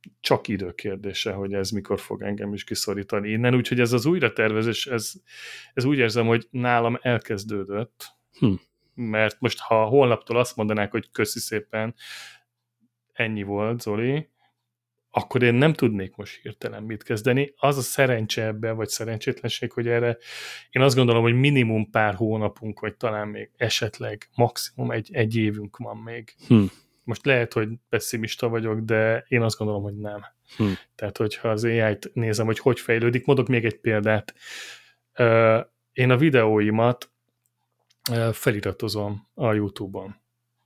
csak idő kérdése, hogy ez mikor fog engem is kiszorítani innen, úgyhogy ez az újratervezés, ez, ez úgy érzem, hogy nálam elkezdődött, hm. mert most ha holnaptól azt mondanák, hogy köszi szépen, ennyi volt, Zoli, akkor én nem tudnék most hirtelen mit kezdeni. Az a szerencse ebben, vagy szerencsétlenség, hogy erre én azt gondolom, hogy minimum pár hónapunk, vagy talán még esetleg maximum egy, egy évünk van még. Hm. Most lehet, hogy pessimista vagyok, de én azt gondolom, hogy nem. Hm. Tehát, hogyha az á í-t nézem, hogy hogy fejlődik, mondok még egy példát. Én a videóimat feliratozom a YouTube-on.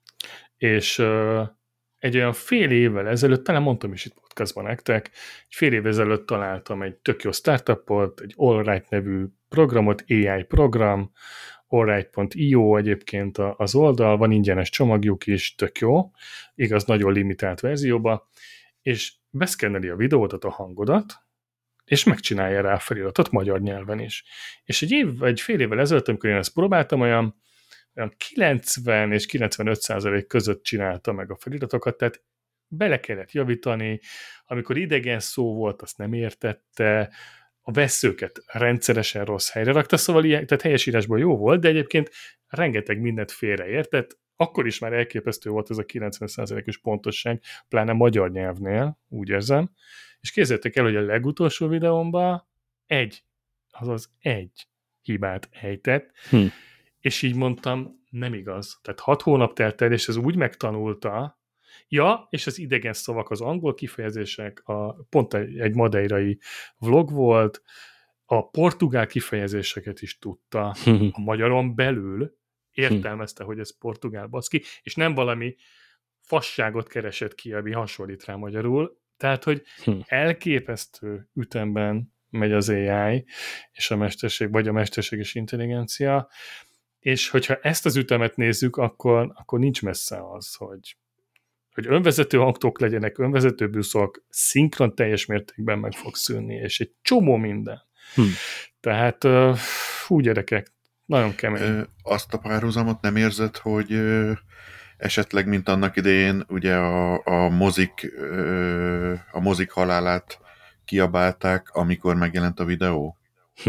És egy olyan fél évvel ezelőtt, talán mondtam is itt podcastban nektek, egy fél évvel ezelőtt találtam egy tök jó startupot, egy Allright nevű programot, á í program, allright pont io egyébként az oldal, van ingyenes csomagjuk is, tök jó, igaz, nagyon limitált verzióba, és beszkenneli a videódat, a hangodat, és megcsinálja rá a feliratot magyar nyelven is. És egy év, egy fél évvel ezelőtt, amikor én ezt próbáltam, olyan olyan kilencven és kilencvenöt százalék között csinálta meg a feliratokat, tehát bele kellett javítani, amikor idegen szó volt, azt nem értette, a vesszőket rendszeresen rossz helyre rakta, szóval ilyen, tehát helyesírásból jó volt, de egyébként rengeteg mindent félreértett, akkor is már elképesztő volt ez a kilencven százalékos pontosság, pláne magyar nyelvnél, úgy érzem, és képzeljétek el, hogy a legutolsó videómban egy, azaz egy hibát ejtett, hm. és így mondtam, nem igaz. Tehát hat hónap telt el, és ez úgy megtanulta, ja, és az idegen szavak, az angol kifejezések, a, pont egy, egy madeirai vlog volt, a portugál kifejezéseket is tudta, a magyaron belül értelmezte, hogy ez portugál baszki, és nem valami fasságot keresett ki, ami hasonlít rá magyarul. Tehát, hogy elképesztő ütemben megy az á í, és a mesterség, vagy a mesterséges intelligencia, és hogyha ezt az ütemet nézzük, akkor, akkor nincs messze az, hogy, hogy önvezető autók legyenek, önvezető buszok, szinkron teljes mértékben meg fog szűnni, és egy csomó minden. Hm. Tehát uh, hú, gyerekek, nagyon kemény. Ö, azt a párhuzamot nem érzed, hogy ö, esetleg, mint annak idején, ugye a, a mozik ö, a mozik halálát kiabálták, amikor megjelent a videó?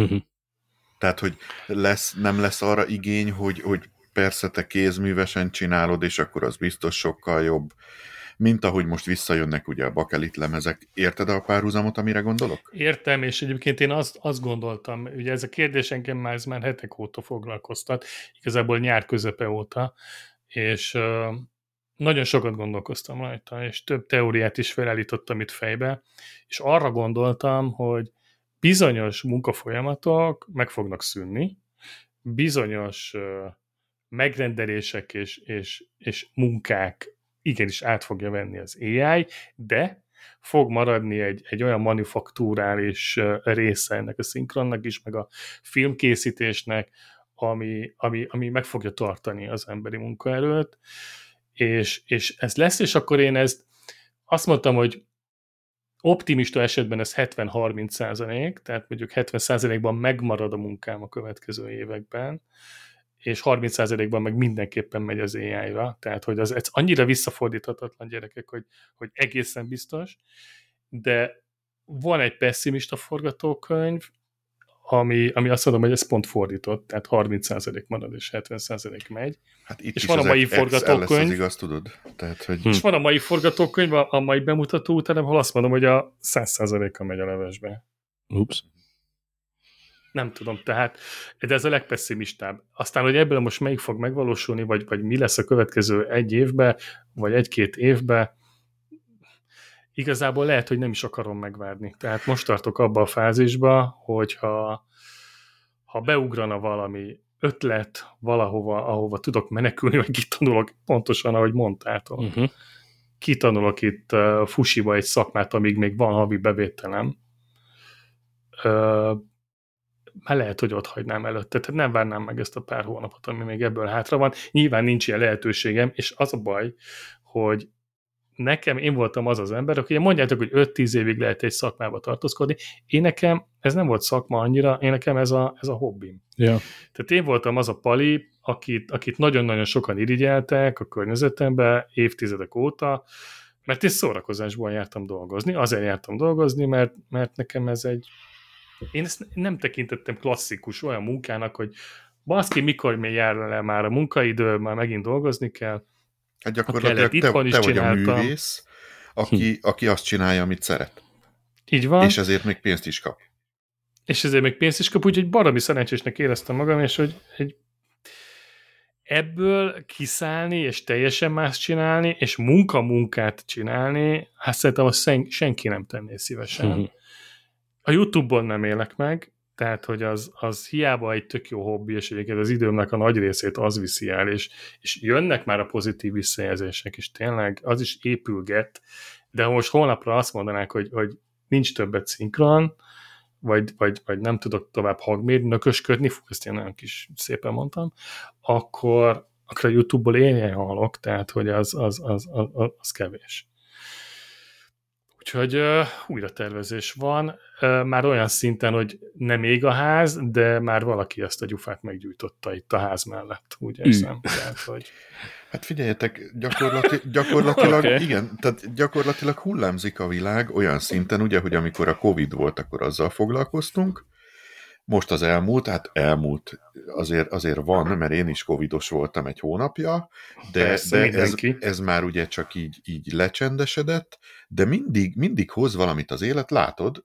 Tehát, hogy lesz, nem lesz arra igény, hogy, hogy persze te kézművesen csinálod, és akkor az biztos sokkal jobb, mint ahogy most visszajönnek ugye a bakelit lemezek. Érted a párhuzamot, amire gondolok? Értem, és egyébként én azt, azt gondoltam, ugye ez a kérdés engem már, ez már hetek óta foglalkoztat, igazából nyár közepe óta, és uh, nagyon sokat gondolkoztam rajta, és több teóriát is felállítottam itt fejbe, és arra gondoltam, hogy bizonyos munkafolyamatok meg fognak szűnni, bizonyos uh, megrendelések és, és, és munkák igenis át fogja venni az á í, de fog maradni egy, egy olyan manufakturális uh, része ennek a szinkronnak is, meg a filmkészítésnek, ami, ami, ami meg fogja tartani az emberi munkaerőt, és, és ez lesz, és akkor én ezt azt mondtam, hogy optimista esetben ez hetven-harminc százalék, tehát mondjuk hetven százalékban megmarad a munkám a következő években, és harminc százalékban meg mindenképpen megy az á í-ra, tehát hogy az, ez annyira visszafordíthatatlan, gyerekek, hogy, hogy egészen biztos, de van egy pessimista forgatókönyv, ami, ami azt mondom, hogy ez pont fordított, tehát harminc százalék marad, és hetven százalék megy. Hát itt és is van a mai ex- forgatókönyv. lesz az igaz, tudod? Tehát, hogy... És van a mai forgatókönyv, a, a mai bemutató után, ahol azt mondom, hogy a száz százaléka megy a levesbe. Ups. Nem tudom, tehát, de ez a legpesszimistább. Aztán, hogy ebből most melyik fog megvalósulni, vagy, vagy mi lesz a következő egy évben, vagy egy-két évben, igazából lehet, hogy nem is akarom megvárni. Tehát most tartok abba a fázisba, hogyha ha beugrana valami ötlet valahova, ahova tudok menekülni, vagy kitanulok pontosan, ahogy mondtátok. Uh-huh. Kitanulok itt uh, fusiba egy szakmát, amíg még van havi bevételem. Uh, már lehet, hogy ott hagynám előtte. Tehát nem várnám meg ezt a pár hónapot, ami még ebből hátra van. Nyilván nincs ilyen lehetőségem, és az a baj, hogy nekem, én voltam az az ember, aki mondjátok, hogy öt-tíz évig lehet egy szakmába tartózkodni. Én nekem, ez nem volt szakma annyira, én nekem ez a, ez a hobbim. Yeah. Tehát én voltam az a pali, akit, akit nagyon-nagyon sokan irigyeltek a környezetemben évtizedek óta, Mert én szórakozásból jártam dolgozni, azért jártam dolgozni, mert, mert nekem ez egy... Én ezt nem tekintettem klasszikus olyan munkának, hogy baszki, mikor még jár le már a munkaidő, már megint dolgozni kell. Hát gyakorlatilag te, te vagy a művész, aki, hm. aki azt csinálja, amit szeret. Így van. És ezért még pénzt is kap. És ezért még pénzt is kap, úgyhogy baromi szerencsésnek éreztem magam, és hogy egy ebből kiszállni, és teljesen más csinálni, és munka-munkát csinálni, hát szerintem azt senki nem tenné szívesen. Uh-huh. A YouTube-on nem élek meg, tehát, hogy az, az hiába egy tök jó hobbi, és egyébként az időmnek a nagy részét az viszi el, és, és jönnek már a pozitív visszajelzések, és tényleg az is épülget, de ha most holnapra azt mondanák, hogy, hogy nincs többet szinkron, vagy, vagy, vagy nem tudok tovább hangmérni, nökösködni, fú, ezt én nagyon kis szépen mondtam, akkor, akkor a YouTube-ból éljen halok, tehát, hogy az, az, az, az, az kevés. Úgyhogy uh, újra tervezés van, uh, már olyan szinten, hogy nem ég a ház, de már valaki ezt a gyufát meggyújtotta itt a ház mellett, úgy érzem. Tehát, hogy... Hát figyeljetek, gyakorlati, gyakorlatilag, okay. igen, tehát gyakorlatilag hullámzik a világ olyan szinten, ugye, hogy amikor a Covid volt, akkor azzal foglalkoztunk, most az elmúlt, hát elmúlt, azért, azért van, mert én is covidos voltam egy hónapja, de, Persze, de ez, ez már ugye csak így, így lecsendesedett, de mindig, mindig hoz valamit az élet, látod,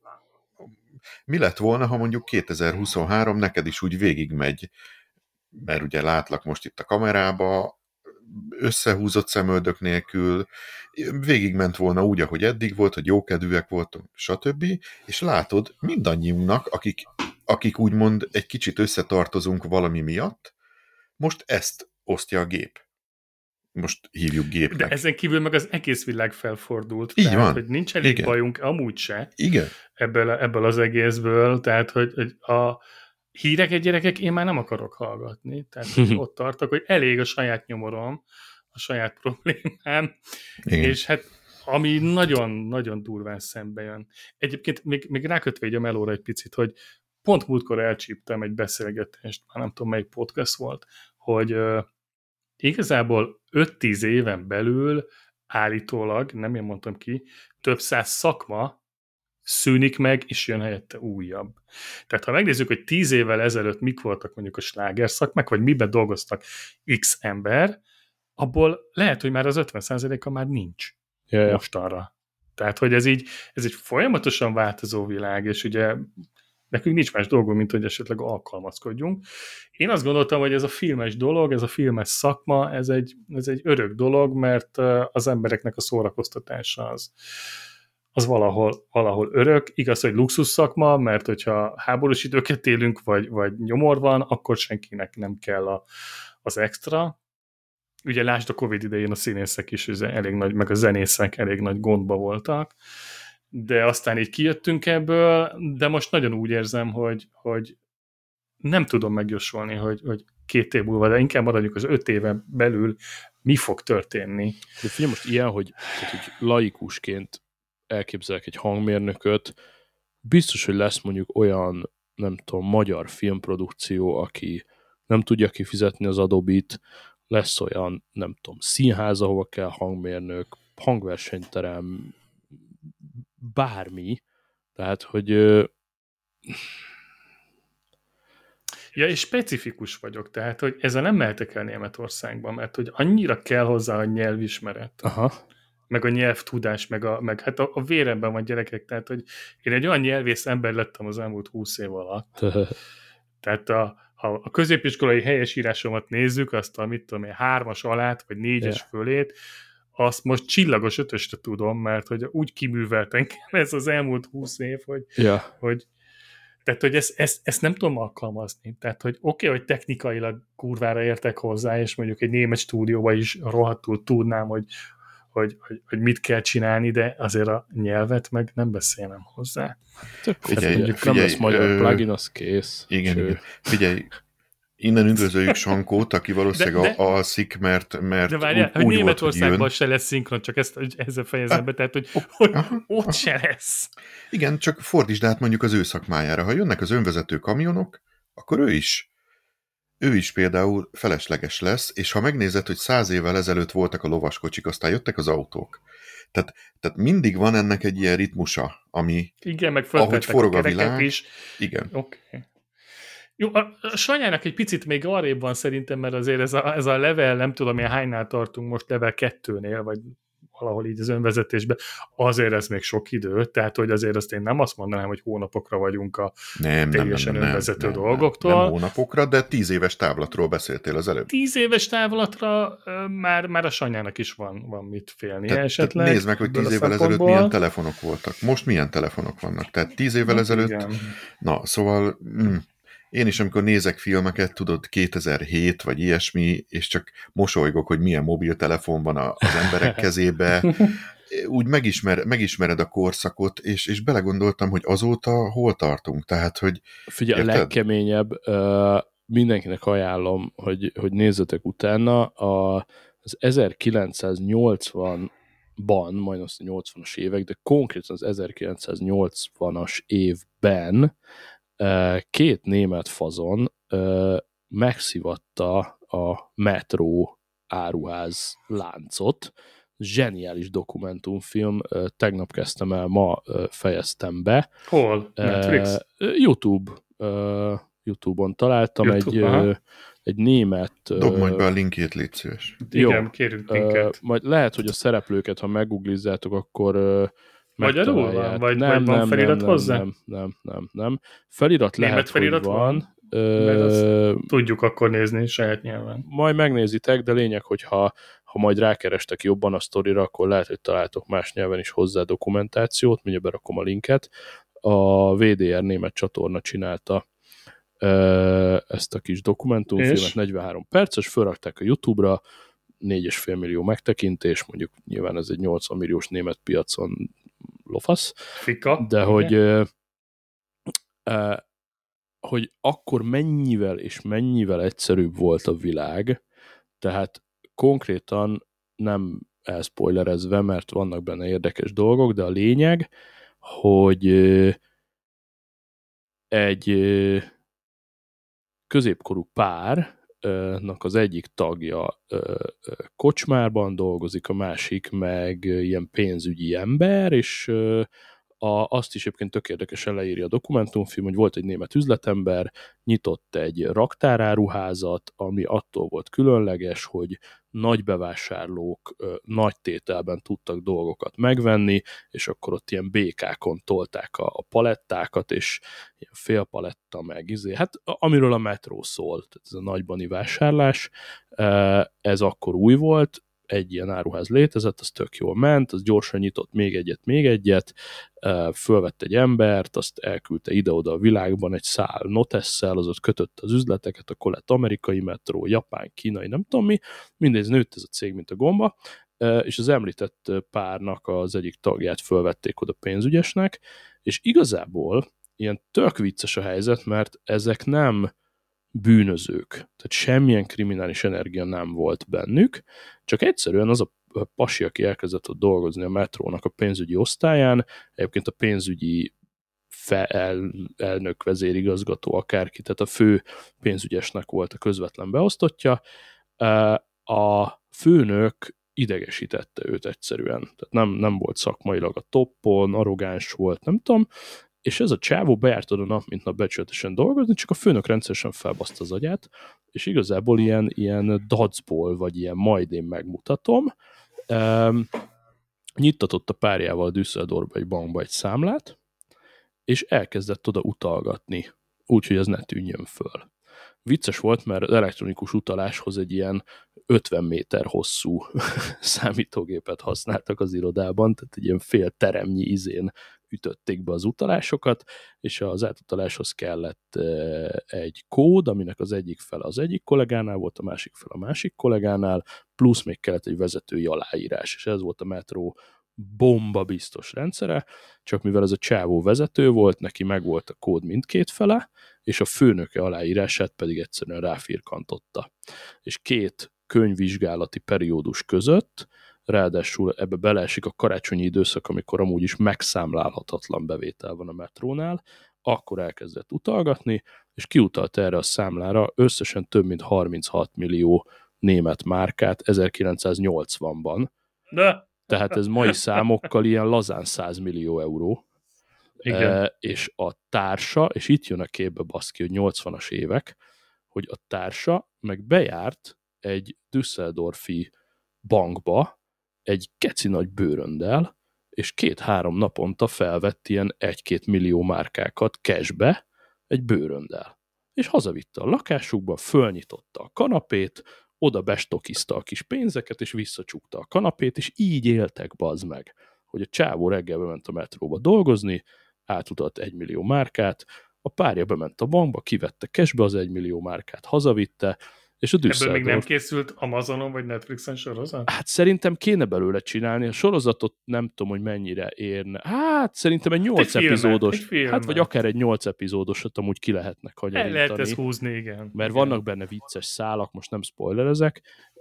mi lett volna, ha mondjuk kétezer-huszonhárom neked is úgy végigmegy, mert ugye látlak most itt a kamerába, összehúzott szemöldök nélkül, végigment volna úgy, ahogy eddig volt, hogy jókedvűek voltunk, stb. És látod, mindannyiunknak, akik, akik úgymond egy kicsit összetartozunk valami miatt, most ezt osztja a gép. Most hívjuk gépnek. De ezen kívül meg az egész világ felfordult. Így tehát, van. hogy nincs elég Igen. bajunk amúgy se. Igen. Ebből, ebből az egészből, tehát, hogy, hogy a híreket, gyerekek, én már nem akarok hallgatni. Tehát ott tartok, hogy elég a saját nyomorom, a saját problémám, igen. És hát ami nagyon-nagyon durván szembe jön. Egyébként még, még rákötve így a melóra egy picit, hogy pont múltkor elcsíptem egy beszélgetést, már nem tudom, melyik podcast volt, hogy uh, igazából öt-tíz éven belül állítólag, nem én mondtam ki, több száz szakma szűnik meg, és jön helyette újabb. Tehát ha megnézzük, hogy tíz évvel ezelőtt mik voltak mondjuk a sláger szakmák, vagy miben dolgoztak X ember, abból lehet, hogy már az ötven százaléka már nincs yeah. mostanra. Tehát, hogy ez így, ez egy folyamatosan változó világ, és ugye nekünk nincs más dolgunk, mint hogy esetleg alkalmazkodjunk. Én azt gondoltam, hogy ez a filmes dolog, ez a filmes szakma, ez egy, ez egy örök dolog, mert az embereknek a szórakoztatása az, az valahol, valahol örök. Igaz, hogy luxus szakma, mert hogyha háborús időket élünk, vagy, vagy nyomor van, akkor senkinek nem kell a, az extra. Ugye lásd, a Covid idején a színészek is elég nagy, meg a zenészek elég nagy gondba voltak, de aztán így kijöttünk ebből, de most nagyon úgy érzem, hogy, hogy nem tudom megjósolni, hogy, hogy két év múlva, de inkább maradjuk az öt éven belül, mi fog történni. De figyelj, most ilyen, hogy, hogy laikusként elképzelek egy hangmérnököt, biztos, hogy lesz mondjuk olyan, nem tudom, magyar filmprodukció, aki nem tudja kifizetni az Adobe-t, lesz olyan, nem tudom, színház, ahova kell hangmérnök, hangversenyterem, bármi. Tehát, hogy... Ja, és specifikus vagyok, tehát, hogy ezzel nem mehetek el Németországba, mert hogy annyira kell hozzá a nyelvismeret. Aha. Meg a nyelvtudás, meg, a, meg hát a, a véremben van gyerekek, tehát, hogy én egy olyan nyelvész ember lettem az elmúlt húsz év alatt. Tehát a, ha a középiskolai helyesírásomat nézzük, azt a, mit tudom én, hármas alát, vagy négyes yeah. fölét, azt most csillagos ötösre tudom, mert hogy úgy kiművelt engem ez az elmúlt húsz év, hogy, yeah. hogy tehát, hogy ezt, ezt, ezt nem tudom alkalmazni. Tehát, hogy oké, okay, hogy technikailag kurvára értek hozzá, és mondjuk egy német stúdióban is rohadtul tudnám, hogy, hogy, hogy, hogy mit kell csinálni, de azért a nyelvet meg nem beszélnem hozzá. Figyelj, mondjuk figyelj, nem lesz magyar ö... plugin, az kész. Igen, igen. Figyelj, innen üdvözöljük Sankót, aki valószínűleg de, de, alszik, mert, mert de várjál, úgy, hogy Németországban se lesz szinkron, csak ezt, ezzel fejezem be, tehát, hogy, hogy aha, ott aha. se lesz. Igen, csak fordítsd át mondjuk az ő szakmájára. Ha jönnek az önvezető kamionok, akkor ő is, ő is például felesleges lesz, és ha megnézed, hogy száz évvel ezelőtt voltak a lovaskocsik, aztán jöttek az autók. Tehát, tehát mindig van ennek egy ilyen ritmusa, ami igen, meg ahogy forog a, a világ, is. Igen. Oké. Okay. Jó, a, a Sanyának egy picit még arrébb van szerintem, mert azért ez a, ez a level, nem tudom, milyen hánynál tartunk most, level kettőnél, vagy valahol így az önvezetésben, azért ez még sok idő, tehát hogy azért azt én nem azt mondanám, hogy hónapokra vagyunk a nem, teljesen nem, nem, önvezető nem, dolgoktól. Nem, nem hónapokra, de tíz éves távlatról beszéltél az előbb. Tíz éves távlatra már, már a Sanyának is van, van mit félnie Te, esetleg. Nézd meg, hogy tíz évvel ezelőtt milyen telefonok voltak. Most milyen telefonok vannak. Tehát tíz évvel hát ezelőtt... Igen. Na, szóval... Mm, én is, amikor nézek filmeket, tudod, kétezer-hét vagy ilyesmi, és csak mosolygok, hogy milyen mobiltelefon van az emberek kezébe, úgy megismer, megismered a korszakot, és, és belegondoltam, hogy azóta hol tartunk. Tehát, hogy... Figyelj, a legkeményebb, uh, mindenkinek ajánlom, hogy, hogy nézzetek utána, a, az ezerkilencszáznyolcvanban, majdnem azt a nyolcvanas évek, de konkrétan az ezerkilencszáznyolcvanas évben két német fazon megszivatta a Metro áruház láncot. Zseniális dokumentumfilm, tegnap kezdtem el, ma fejeztem be. Hol? Netflix? YouTube. YouTube-on találtam YouTube, egy, egy német... Dob majd be a linkjét, légy szíves. Igen, kérünk linket. Majd lehet, hogy a szereplőket, ha meggooglizzátok, akkor magyarul van? Vagy, nem, vagy van nem, felirat nem, hozzá? Nem, nem, nem, nem. Felirat Német lehet, felirat hogy van. van? Ö... Tudjuk akkor nézni saját nyelven. Majd megnézitek, de lényeg, hogy ha, ha majd rákerestek jobban a sztorira, akkor lehet, hogy találtok más nyelven is hozzá dokumentációt, mindjárt berakom a linket. A vé dé er német csatorna csinálta ezt a kis dokumentumfilmet, negyvenhárom perces, fölrakták a YouTube-ra, négy és fél millió megtekintés, mondjuk nyilván ez egy nyolcvan milliós német piacon lofasz, Fika, de hogy, uh, uh, hogy akkor mennyivel és mennyivel egyszerűbb volt a világ, tehát konkrétan nem elspoilerezve, mert vannak benne érdekes dolgok, de a lényeg, hogy uh, egy uh, középkorú párnak az egyik tagja kocsmárban dolgozik, a másik meg ilyen pénzügyi ember, és a, azt is egyébként tök érdekesen leírja a dokumentumfilm, hogy volt egy német üzletember, nyitott egy raktáráruházat, ami attól volt különleges, hogy nagy bevásárlók nagy tételben tudtak dolgokat megvenni, és akkor ott ilyen békákon tolták a, a palettákat, és ilyen fél paletta meg izé. Hát amiről a metró szól, tehát ez a nagybani vásárlás, ez akkor új volt, egy ilyen áruház létezett, az tök jól ment, az gyorsan nyitott még egyet, még egyet, fölvett egy embert, azt elküldte ide-oda a világban egy szál notesszel, az ott kötött az üzleteket, akkor lett amerikai metró, japán, kínai, nem tudom mi, mindegy, nőtt ez a cég, mint a gomba, és az említett párnak az egyik tagját fölvették oda pénzügyesnek, és igazából ilyen tök vicces a helyzet, mert ezek nem bűnözők, tehát semmilyen kriminális energia nem volt bennük, csak egyszerűen az a pasi, aki elkezdett ott dolgozni a metrónak a pénzügyi osztályán, egyébként a pénzügyi fel, elnök, vezérigazgató, akárki, tehát a fő pénzügyesnek volt a közvetlen beosztottja, a főnök idegesítette őt egyszerűen, tehát nem, nem volt szakmailag a toppon, arrogáns volt, nem tudom, és ez a csávó bejárt oda nap, mint nap becsületesen dolgozni, csak a főnök rendszeresen felbaszta az agyát, és igazából ilyen, ilyen dacból, vagy ilyen majd én megmutatom, um, nyittatott a párjával Düsseldorfba egy bankba egy számlát, és elkezdett oda utalgatni, úgyhogy ez ne tűnjön föl. Vicces volt, mert az elektronikus utaláshoz egy ilyen ötven méter hosszú számítógépet használtak az irodában, tehát egy ilyen fél teremnyi izén ütötték be az utalásokat, és az átutaláshoz kellett egy kód, aminek az egyik fele az egyik kollégánál volt, a másik fele a másik kollégánál, plusz még kellett egy vezetői aláírás, és ez volt a metró bomba biztos rendszere, csak mivel ez a csávó vezető volt, neki megvolt a kód mindkét fele, és a főnöke aláírását pedig egyszerűen ráfirkantotta. És két könyvvizsgálati periódus között, ráadásul ebbe beleesik a karácsonyi időszak, amikor amúgy is megszámlálhatatlan bevétel van a metrónál, akkor elkezdett utalgatni, és kiutalt erre a számlára összesen több mint harminchat millió német márkát ezerkilencszáznyolcvanban. De? Tehát ez mai számokkal ilyen lazán száz millió euró. Igen. E, és a társa, és itt jön a képbe baszki, hogy nyolcvanas évek, hogy a társa meg bejárt egy Düsseldorfi bankba egy keci nagy bőröndel, és két-három naponta felvett ilyen egy-két millió márkákat cashbe egy bőröndel. És hazavitte a lakásukba, fölnyitotta a kanapét, oda bestokizta a kis pénzeket, és visszacsukta a kanapét, és így éltek, bazd meg, hogy a csávó reggel bement a metróba dolgozni, átutalt egy millió márkát, a párja bement a bankba, kivette cashbe az egy millió márkát, hazavitte, és a Düsseldorf... Ebből még nem készült Amazonon vagy Netflixen sorozat? Hát szerintem kéne belőle csinálni, a sorozatot nem tudom, hogy mennyire érne. Hát szerintem egy nyolc egy epizódos, filmet, egy hát vagy akár egy nyolc epizódosat amúgy ki lehetne kanyarítani. El lehet ezt húzni, igen. Mert igen. vannak benne vicces szálak, most nem spoilerezek,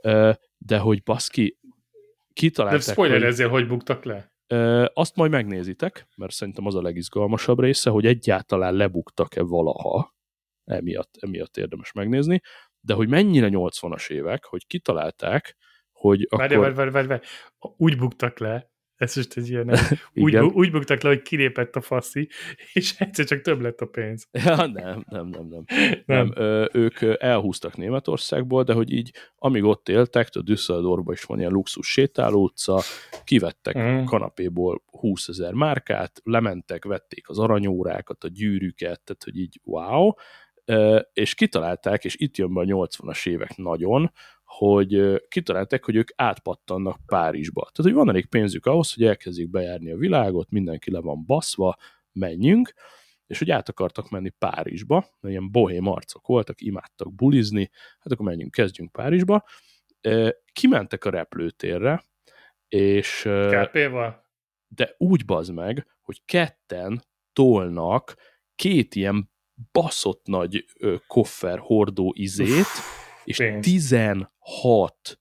de hogy baszki, kitalálták, de spoilerezzél, hogy... hogy buktak le? Azt majd megnézitek, mert szerintem az a legizgalmasabb része, hogy egyáltalán lebuktak-e valaha, emiatt, emiatt érdemes megnézni, de hogy mennyire nyolcvanas évek, hogy kitalálták, hogy várj, akkor... Várj, várj, várj, úgy buktak le, ez most egy ilyen, úgy, úgy buktak le, hogy kilépett a faszi, és egyszer csak több lett a pénz. Ja, nem, nem, nem, nem. nem. nem ö, ők elhúztak Németországból, de hogy így, amíg ott éltek, a Düsseldorfban is van ilyen luxus sétáló utca, kivettek mm. kanapéból húszezer márkát, lementek, vették az aranyórákat, a gyűrűket, tehát hogy így wow, ö, és kitalálták, és itt jön be a nyolcvanas évek nagyon, hogy kitalálták, hogy ők átpattannak Párizsba. Tehát, hogy van elég pénzük ahhoz, hogy elkezdjék bejárni a világot, mindenki le van baszva, menjünk, és hogy át akartak menni Párizsba, ilyen bohém arcok voltak, imádtak bulizni, hát akkor menjünk, kezdjünk Párizsba. Kimentek a repülőtérre, és... ká pé-val? De úgy bazd meg, hogy ketten tolnak két ilyen baszott nagy koffer hordó izét, Uff. és Pénz. tizenhat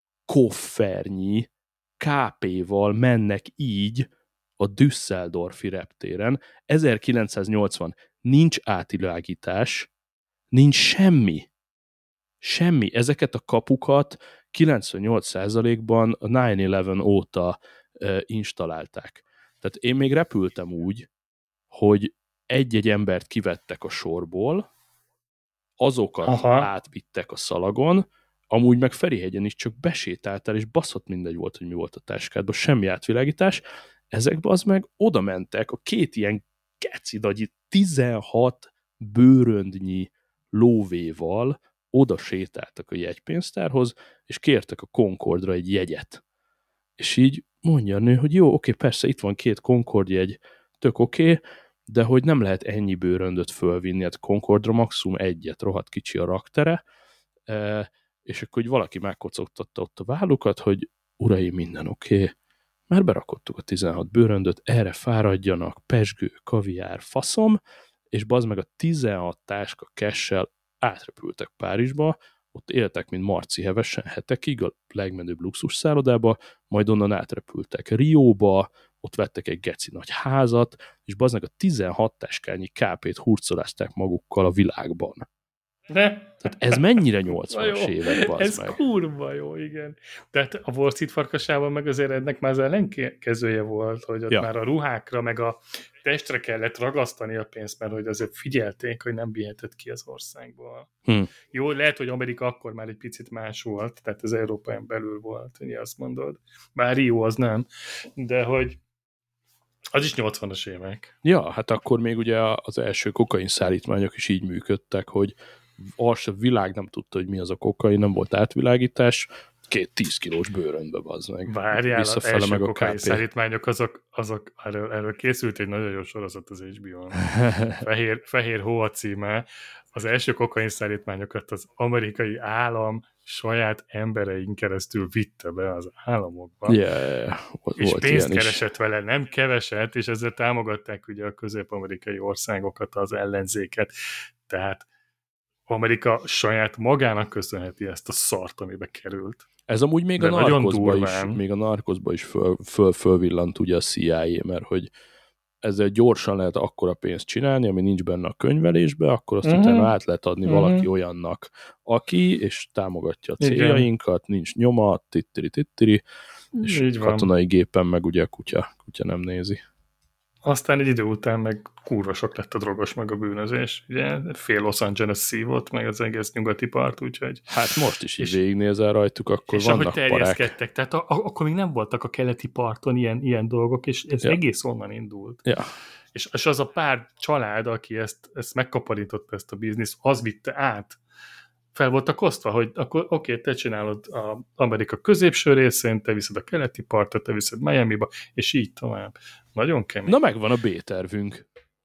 koffernyi ká pé-val mennek így a Düsseldorfi reptéren. ezerkilencszáznyolcvan nincs átilágítás, nincs semmi. Semmi. Ezeket a kapukat kilencvennyolc százalékban a nine eleven óta uh, installálták. Tehát én még repültem úgy, hogy egy-egy embert kivettek a sorból, azokat Aha. átvittek a szalagon, amúgy meg Ferihegyen is csak besétáltál, és baszott mindegy volt, hogy mi volt a táskádban, semmi átvilágítás. Ezekbe az meg oda mentek a két ilyen gecidagyi tizenhat bőröndnyi lóvéval, oda sétáltak a jegypénztárhoz, és kértek a Concordra egy jegyet. És így mondja a nő, hogy jó, oké, persze, itt van két Concord jegy, tök oké, de hogy nem lehet ennyi bőröndöt fölvinni, hát Concordra maximum egyet, rohadt kicsi a raktere, és akkor hogy valaki megkocogtatta ott a vállukat, hogy uraim, minden oké, már berakottuk a tizenhat bőröndöt, erre fáradjanak, pesgő, kaviár, faszom, és bazd meg a tizenhat táska cash-sel átrepültek Párizsba, ott éltek, mint Marci hevesen hetekig a legmenőbb luxus szállodába, majd onnan átrepültek Rióba, ott vettek egy geci nagy házat, és bazd meg a tizenhat táskányi ká pét hurcolázták magukkal a világban. De? Tehát ez mennyire nyolcvanas évek, bazd ez meg. Ez kurva jó, igen. Tehát a Wall Street farkasával meg azért ennek már az ellenkezője volt, hogy ott ja. már a ruhákra, meg a testre kellett ragasztani a pénzt, mert hogy azért figyelték, hogy nem vihetett ki az országból. Hm. Jó, lehet, hogy Amerika akkor már egy picit más volt, tehát az Európán belül volt, hogy azt mondod. Bár Rio az nem, de hogy az is nyolcvanas évek. Ja, hát akkor még ugye az első kokain szállítmányok is így működtek, hogy a világ nem tudta, hogy mi az a kokain, nem volt átvilágítás, két tíz kilós bőröndbe, bazd meg. Várjál, az első meg kokain szállítmányok, azok, azok erről, erről készült egy nagyon jó sorozat az há bé ó-n. Fehér, Fehér hó a címe. Az első kokain szállítmányokat az amerikai állam saját emberein keresztül vitte be az államokba. Yeah, és pénzt keresett vele, nem keveset, és ezzel támogatták ugye a közép-amerikai országokat, az ellenzéket. Tehát Amerika saját magának köszönheti ezt a szart, amibe került. Ez amúgy még De a narkozba is, még a narkozba is föl, föl, fölvillant ugye a cé i á, mert hogy ezzel gyorsan lehet akkora pénzt csinálni, ami nincs benne a könyvelésbe, akkor azt uh-huh. utána át lehet adni uh-huh. valaki olyannak, aki, és támogatja a céljainkat, nincs nyoma, tittiri-tittiri, és Így van. katonai gépen meg ugye a kutya, kutya nem nézi. Aztán egy idő után meg kurva sok lett a drogos meg a bűnözés. Ugye fél Los Angeles szívott, meg az egész nyugati part, úgyhogy... Hát most is így és, végignézel rajtuk, akkor és vannak ahogy parák. terjeszkedtek, tehát a, a, akkor még nem voltak a keleti parton ilyen, ilyen dolgok, és ez Ja. egész onnan indult. Ja. És, és az a pár család, aki ezt, ezt megkaparította, ezt a bizniszt, az vitte át. Fel voltak osztva, hogy akkor oké, okay, te csinálod az Amerika középső részén, te viszed a keleti partot, te viszed Miami-ba, és így tovább. Nagyon kemény. Na megvan a B-tervünk.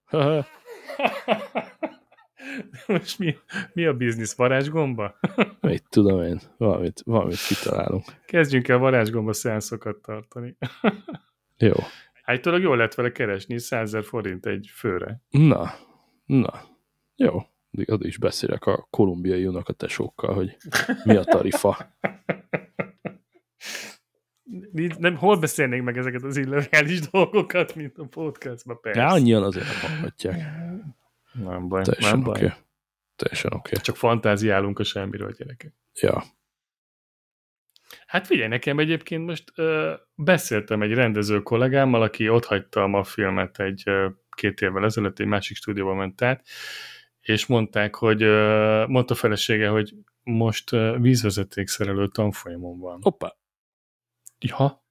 Most mi, mi a biznisz? Varázsgomba? Mit tudom én, valamit, valamit kitalálunk. Kezdjünk el varázsgomba szeanszokat tartani. Jó. Állítólag jól lehet vele keresni, százezer forint egy főre. Na, na, jó. Addig is beszélek a kolumbiai unokatesókkal, hogy mi a tarifa. Nem, hol beszélnénk meg ezeket az illegális dolgokat, mint a podcastban, persze. Ja, annyian azért hallgatják. Nem baj, Teljesen nem oké. baj. Teljesen oké. Okay. Csak fantáziálunk a semmiről, gyerekek. Ja. Hát figyelj, nekem egyébként most ö, beszéltem egy rendező kollégámmal, aki otthagyta a ma filmet egy ö, két évvel ezelőtt, egy másik stúdióba ment át, és mondták, hogy ö, mondta a felesége, hogy most ö, vízvezetékszerelő tanfolyamon van. Hoppá. Ja?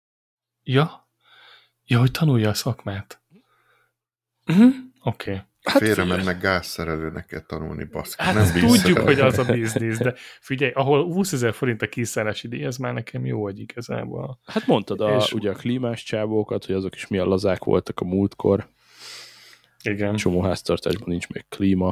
Ja? Ja, hogy tanulja a szakmát. Uh-huh. Oké. Okay. Hát félre mennek gázszerelőnek kell tanulni, baszki. Hát nem tudjuk, hogy az a biznisz, de figyelj, ahol húszezer forint a kiszállási díj, ez már nekem jó, hogy igazából. Hát mondtad a, és... ugye a klímás csábókat, hogy azok is milyen lazák voltak a múltkor. Igen. Csomó háztartásban nincs még klíma.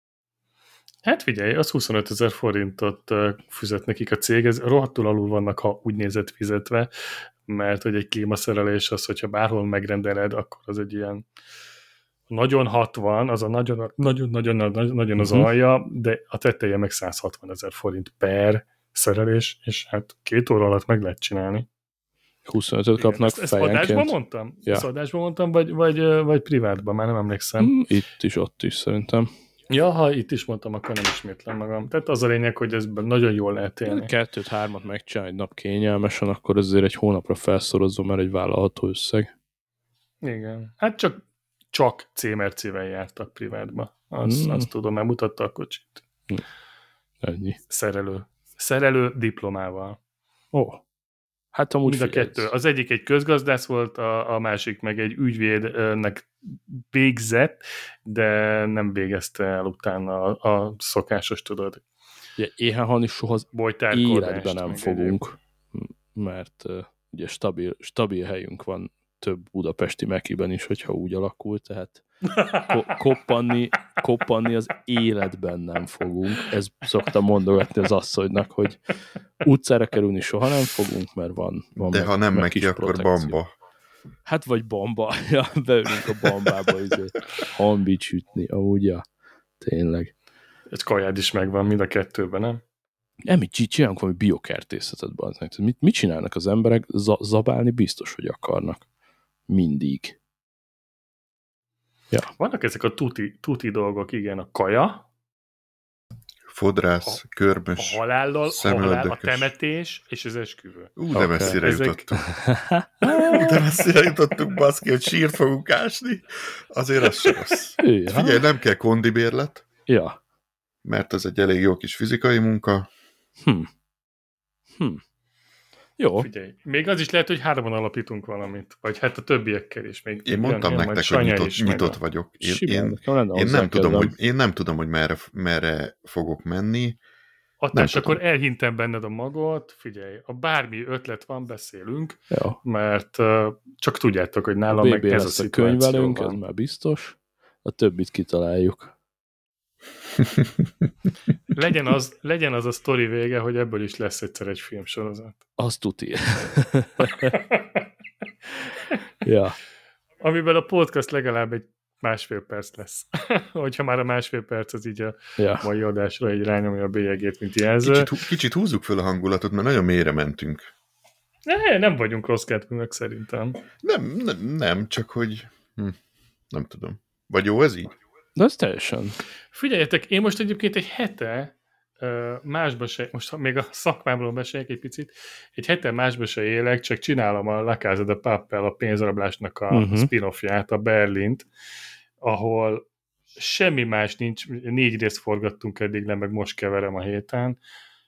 Hát figyelj, az huszonötezer forintot fizet nekik a cég, ez rohadtul alul vannak, ha úgy nézett fizetve, mert hogy egy klímaszerelés az, hogyha bárhol megrendeled, akkor az egy ilyen nagyon hatvan, az a nagyon, nagyon, nagyon, nagyon, nagyon az uh-huh. alja, de a teteje meg száz hatvan ezer forint per szerelés, és hát két óra alatt meg lehet csinálni. huszonötöt kapnak ezt, ezt fejenként. adásban mondtam? Ja. Ezt adásban mondtam, vagy, vagy, vagy privátban, már nem emlékszem. Mm, itt is, ott is szerintem. Ja, ha itt is mondtam, akkor nem ismétlem magam. Tehát az a lényeg, hogy ezben nagyon jól lehet élni. Kettőt, hármat megcsinálni egy nap kényelmesen, akkor azért egy hónapra felszorozom, mert egy vállalható összeg. Igen. Hát csak, csak cé mércével jártak privátba. Azt, mm. azt tudom, mert mutatta a kocsit. Mm. Ennyi. Szerelő. Szerelő diplomával. Ó. Oh. Hát amúgy mind a kettő. Az egyik egy közgazdász volt, a, a másik meg egy ügyvédnek végzett, de nem végezte el utána a, a szokásos, tudod. Ugye éhen halni soha az életben nem fogunk, egyéb. Mert uh, ugye stabil, stabil helyünk van több budapesti Mekiben is, hogyha úgy alakult, tehát ko- koppanni, koppanni az életben nem fogunk. Ez szoktam mondogatni az asszonynak, hogy utcára kerülni soha nem fogunk, mert van, van de meg, ha nem meg Meki, akkor protekció. Bamba. Hát vagy Bamba, ja, beülünk a Bambába, izé, hambit sütni, amúgy, ja, tényleg. Egy kajád is megvan mind a kettőben, nem? Nem, mit csinálunk valami biokertészetet, mit, mit csinálnak az emberek? Z- zabálni biztos, hogy akarnak. Mindig. Ja. Vannak ezek a tuti, tuti dolgok, igen, a kaja, Fodrász, a, körmös, a halállal, a, halál, a temetés és az esküvő. Ú, de okay. messzire ezek... jutottunk. Ú, de messzire jutottunk, baszki, hogy sírt fogunk ásni. Azért az sem rossz. Ja. Figyelj, nem kell kondibérlet, ja. mert ez egy elég jó kis fizikai munka. Hm. Hm. Jó. Figyelj, még az is lehet, hogy hárman alapítunk valamit, vagy hát a többiekkel is. Még én mondtam jön, nektek, hogy nyitott, nyitott a... vagyok. Én, én, én, nem tudom, hogy, én nem tudom, hogy merre, merre fogok menni. Attás, akkor elhintem benned a magot, figyelj, a bármi ötlet van, beszélünk, ja. mert uh, csak tudjátok, hogy nálam meg ez a szituáció a könyvelünk, van. ez már biztos, a többit kitaláljuk. legyen, az, legyen az a sztori vége, hogy ebből is lesz egyszer egy filmsorozat. Azt tuti. ja. Amiben a podcast legalább egy másfél perc lesz. Hogyha már a másfél perc az így a ja. mai adásra így rányomja a bélyegét, mint jelző. Kicsit, kicsit húzzuk föl a hangulatot, mert nagyon mélyre mentünk. Ne, nem vagyunk rossz kedvűnek szerintem. Nem, nem, nem csak hogy hm, nem tudom. Vagy jó ez így? De ez teljesen. Figyeljetek, én most egyébként egy hete másba se, most még a szakmámról meséljek egy picit, egy hete másba se élek, csak csinálom a La Casa de Papel, a pénzrablásnak a uh-huh. spin-offját, a Berlint, ahol semmi más nincs, négy részt forgattunk eddig le, meg most keverem a héten.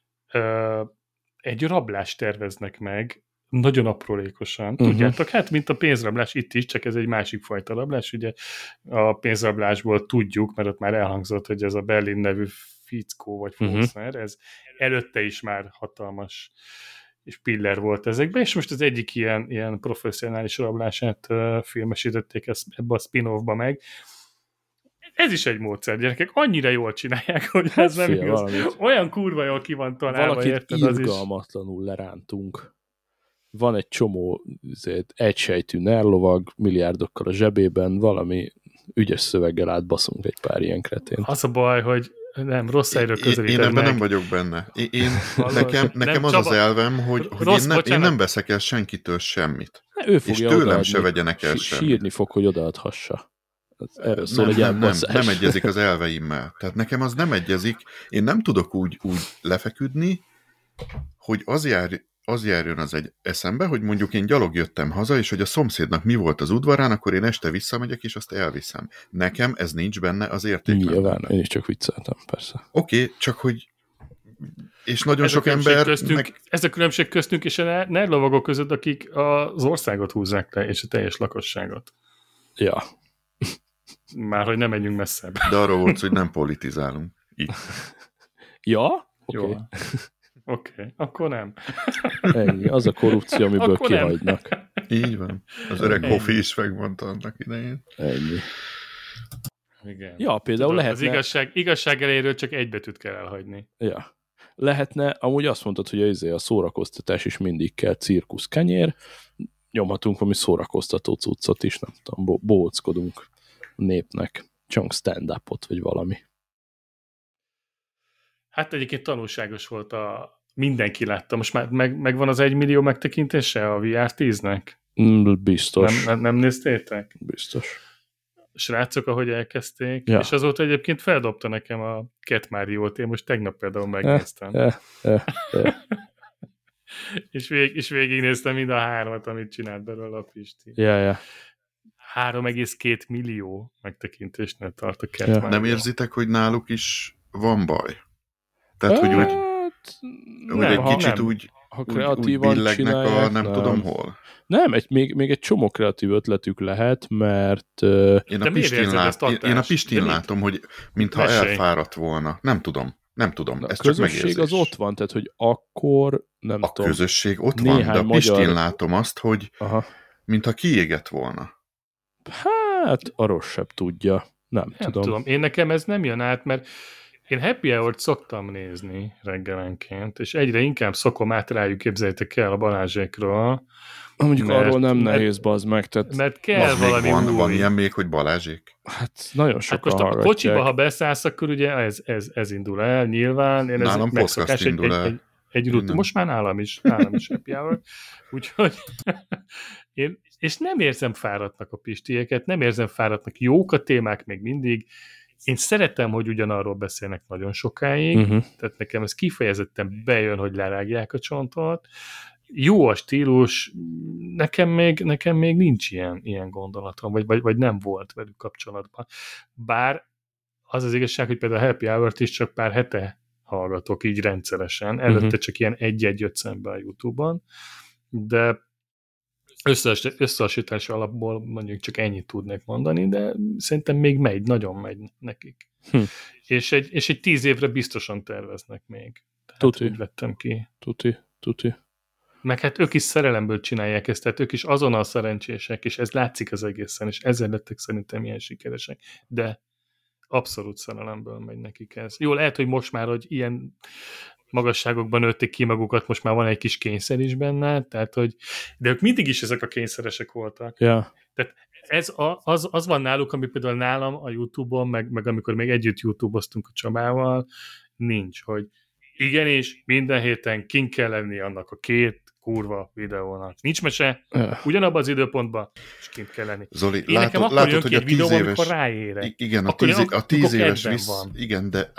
Egy rablást terveznek meg, nagyon aprólékosan. Uh-huh. Tudjátok, hát mint a pénzrablás itt is, csak ez egy másik fajta rablás. Ugye a pénzrablásból tudjuk, mert ott már elhangzott, hogy ez a Berlin nevű fickó vagy fószer, uh-huh. ez előtte is már hatalmas és piller volt ezekben, és most az egyik ilyen, ilyen professzionális rablását uh, filmesítették ezt, ebbe a spin-offba meg. Ez is egy módszer, gyerekek. Annyira jól csinálják, hogy ez nem fél, igaz. Valamit. Olyan kurva jól ki van találva, valakit érted? Az irgalmatlanul lerántunk. Van egy csomó egysejtű nerlovag, milliárdokkal a zsebében, valami ügyes szöveggel átbaszunk egy pár ilyen kretén. Az a baj, hogy nem, rossz helyről közelíted Én, én ebben meg. nem vagyok benne. Én, én, nekem nekem nem, az Csaba, az elvem, hogy, hogy rossz, én, nem, én nem veszek el senkitől semmit. Ő fogja és tőlem odaadni, se vegyenek el semmit. Sírni fog, hogy odaadhassa. Erről szól nem, egy nem, nem, nem egyezik az elveimmel. Tehát nekem az nem egyezik. Én nem tudok úgy, úgy lefeküdni, hogy az, jár, az járjon az egy eszembe, hogy mondjuk én gyalog jöttem haza, és hogy a szomszédnak mi volt az udvarán, akkor én este visszamegyek, és azt elviszem. Nekem ez nincs benne az értékben. Nyilván, én is csak vicceltem, persze. Oké, okay, csak hogy és nagyon ez sok a ember... Köztünk, meg... Ez a különbség köztünk és a nerlovagok között, akik az országot húzzák le, és a teljes lakosságot. Ja. Már hogy nem menjünk messzebb. De arról volt, hogy nem politizálunk. Itt. Ja? Oké. Okay. Oké, okay. Akkor nem. Ennyi, az a korrupció, amiből akkor kihagynak. Nem. Így van. Az öreg Hofi is megmondta annak idején. Ennyi. Igen. Ja, például Tudod, lehetne... Az igazság, igazság elejéről csak egy betűt kell elhagyni. Ja. Lehetne, amúgy azt mondtad, hogy a, a szórakoztatás is mindig kell, cirkusz, kenyér, nyomhatunk valami szórakoztató cuccot is, nem tudom, bóckodunk népnek, csak stand-upot, vagy valami. Hát egyébként tanulságos volt a... Mindenki látta. Most már meg, megvan az egymillió megtekintése a vé er tíznek? Biztos. Nem, nem, nem néztétek? Biztos. Srácok, ahogy elkezdték, ja. és azóta egyébként feldobta nekem a Cat Mario-t, én most tegnap például megnéztem. Eh, eh, eh. és, vég, és végignéztem mind a hármat, amit csinált belőle a Pisti. Ja, ja. három egész két millió megtekintésnél tart a Cat ja. Mario. Nem érzitek, hogy náluk is van baj? Tehát, hogy úgy, nem, hogy egy ha kicsit nem. úgy, ha úgy, úgy billegnek a nem, nem tudom hol. Nem, egy, még, még egy csomó kreatív ötletük lehet, mert... Uh, én, a Pistin, lát, én, én a Pistin látom, hogy mintha Mesélj. elfáradt volna. Nem tudom. Nem tudom. Na, ez a közösség csak megérzés. az ott van, tehát hogy akkor nem a tudom. A közösség ott van, de a Pistin magyar... látom azt, hogy Aha. mintha kiégett volna. Hát, a rosszabb tudja. Nem, nem tudom. tudom. Én nekem ez nem jön át, mert én Happy Hour-t szoktam nézni reggelenként, és egyre inkább szokom át rájuk, képzeljétek el a Balázsékról. Mondjuk mert, arról nem mert, nehéz, bazd meg. Tehát mert kell valami van, új. Van ilyen még, hogy Balázsék? Hát nagyon sokan hát most a kocsiba, ha beszállsz, akkor ugye ez, ez, ez indul el, nyilván. Én nálam podcast indul el. Egy, egy, egy rut, most már nálam is, nálam is Happy Hour. Úgyhogy én, és nem érzem fáradtnak a pistieket, nem érzem fáradtnak, jók a témák még mindig. Én szeretem, hogy ugyanarról beszélnek nagyon sokáig, uh-huh. tehát nekem ez kifejezetten bejön, hogy lerágják a csontot. Jó a stílus, nekem még, nekem még nincs ilyen, ilyen gondolatom, vagy, vagy, vagy nem volt velük kapcsolatban. Bár az az igazság, hogy például a Happy Hour-t is csak pár hete hallgatok így rendszeresen, előtte uh-huh. csak ilyen egy-egy jött szembe a YouTube-on, de Összes, összehasonlítási alapból mondjuk csak ennyit tudnék mondani, de szerintem még megy, nagyon megy nekik. Hm. És, egy, és egy tíz évre biztosan terveznek még. Tehát tuti. Úgy vettem ki. Tuti, tuti. Meg hát ők is szerelemből csinálják ezt, tehát ők is azonnal szerencsések, és ez látszik az egészen, és ezzel lettek szerintem ilyen sikeresek. De abszolút szerelemből megy nekik ez. Jó, lehet, hogy most már, hogy ilyen magasságokban nőtték ki magukat, most már van egy kis kényszer is benne, tehát, hogy de ők mindig is ezek a kényszeresek voltak. Ja. Tehát ez a, az, az van náluk, ami például nálam a YouTube-on, meg, meg amikor még együtt YouTube-oztunk a Csabával, nincs, hogy igenis, minden héten kint kell lenni annak a két kurva videónak. Nincs mese, ugyanabban az időpontban, és kint kell lenni. Zoli, Én látod, nekem akkor látod jön hogy ki a egy videó, éves, amikor ráérek. igen, a akkor tíz, jön, a tíz éves visz, igen, de állj.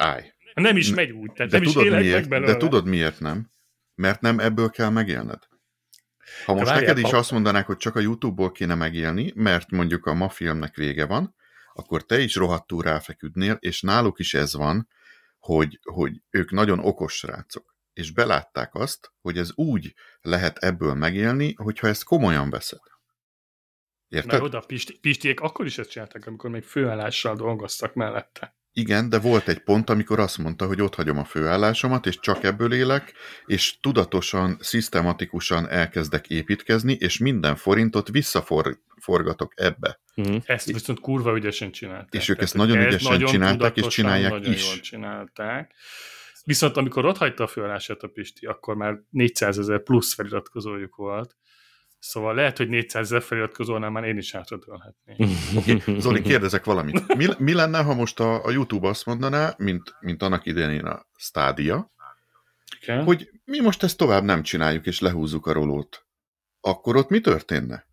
Nem is megy úgy, tehát de nem tudod is élek miért, meg belőle. De tudod miért nem? Mert nem ebből kell megélned. Ha most várjál, neked is ha... azt mondanák, hogy csak a YouTube-ból kéne megélni, mert mondjuk a ma filmnek vége van, akkor te is rohadtul ráfeküdnél, és náluk is ez van, hogy, hogy ők nagyon okos srácok, és belátták azt, hogy ez úgy lehet ebből megélni, hogyha ezt komolyan veszed. Érted? Na oda, Pisti, Pistiék akkor is ezt csinálták, amikor még főállással dolgoztak mellette. Igen, de volt egy pont, amikor azt mondta, hogy ott hagyom a főállásomat, és csak ebből élek, és tudatosan, szisztematikusan elkezdek építkezni, és minden forintot visszaforgatok ebbe. Mm. Ezt viszont kurva ügyesen csinálták. És ők Tehát, ezt nagyon ez ügyesen nagyon csinálták, és csinálják nagyon is. Jól csinálták. Viszont amikor ott hagyta a főállását a Pisti, akkor már négyszázezer plusz feliratkozójuk volt. Szóval lehet, hogy négyszázezer feliratkozónál már én is hátradőlhetnék. Okay. Zoli, kérdezek valamit. Mi, mi lenne, ha most a, a YouTube azt mondaná, mint, mint annak idején a Stadia, okay. hogy mi most ezt tovább nem csináljuk, és lehúzzuk a rolót. Akkor ott mi történne?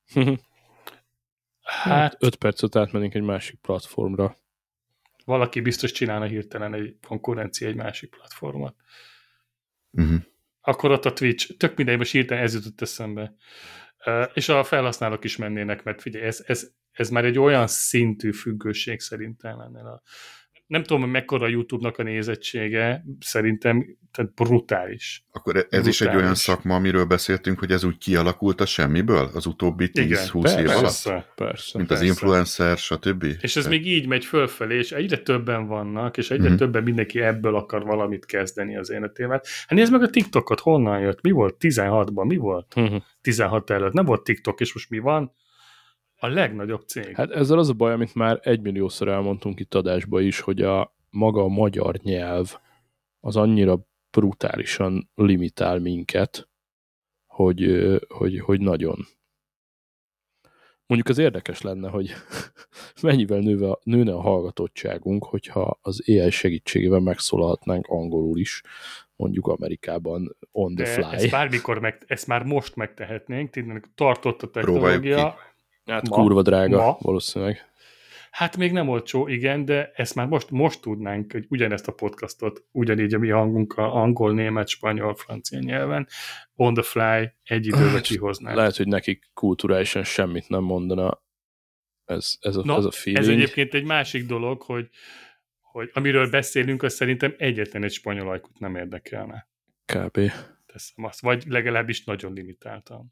Hát öt percet átmennénk egy másik platformra. Valaki biztos csinálna hirtelen egy konkurencia, egy másik platformot. Uh-huh. Akkor ott a Twitch, tök mindegy, most hirtelen ez jutott eszembe. Uh, és a felhasználók is mennének, mert figyelj, ez, ez, ez már egy olyan szintű függőség szerintem ennél a... Nem tudom, hogy mekkora a YouTube-nak a nézettsége, szerintem tehát brutális. Akkor ez brutális. is egy olyan szakma, amiről beszéltünk, hogy ez úgy kialakult a semmiből az utóbbi tíz-húsz év alatt? Persze, persze. Mint persze. az influencer, stb. És ez Te... még így megy fölfelé, és egyre többen vannak, és egyre uh-huh. többen mindenki ebből akar valamit kezdeni az életével. Hát nézd meg a TikTokot, honnan jött? Mi volt? tizenhatban mi volt? Uh-huh. tizenhat előtt. Nem volt TikTok, és most mi van? A legnagyobb cég. Hát ezzel az a baj, amit már egymilliószor elmondtunk itt adásba is, hogy a maga a magyar nyelv az annyira brutálisan limitál minket, hogy, hogy, hogy nagyon. Mondjuk az érdekes lenne, hogy mennyivel nőve, nőne a hallgatottságunk, hogyha az á i segítségével megszólalhatnánk angolul is, mondjuk Amerikában on the fly. De ezt bármikor meg, ezt már most megtehetnénk, tényleg tartott a technológia. Hát ma, kurva drága, ma. valószínűleg. Hát még nem olcsó, igen, de ezt már most, most tudnánk, hogy ugyanezt a podcastot, ugyanígy a mi hangunkkal, angol, német, spanyol, francia nyelven, on the fly, egy időben kihoznánk. Lehet, hogy nekik kulturálisan semmit nem mondana ez, ez, a, Na, ez a feeling. Ez egyébként egy másik dolog, hogy, hogy amiről beszélünk, az szerintem egyetlen egy spanyol ajkút nem érdekelne. Kb. Teszem azt, vagy legalábbis nagyon limitáltan.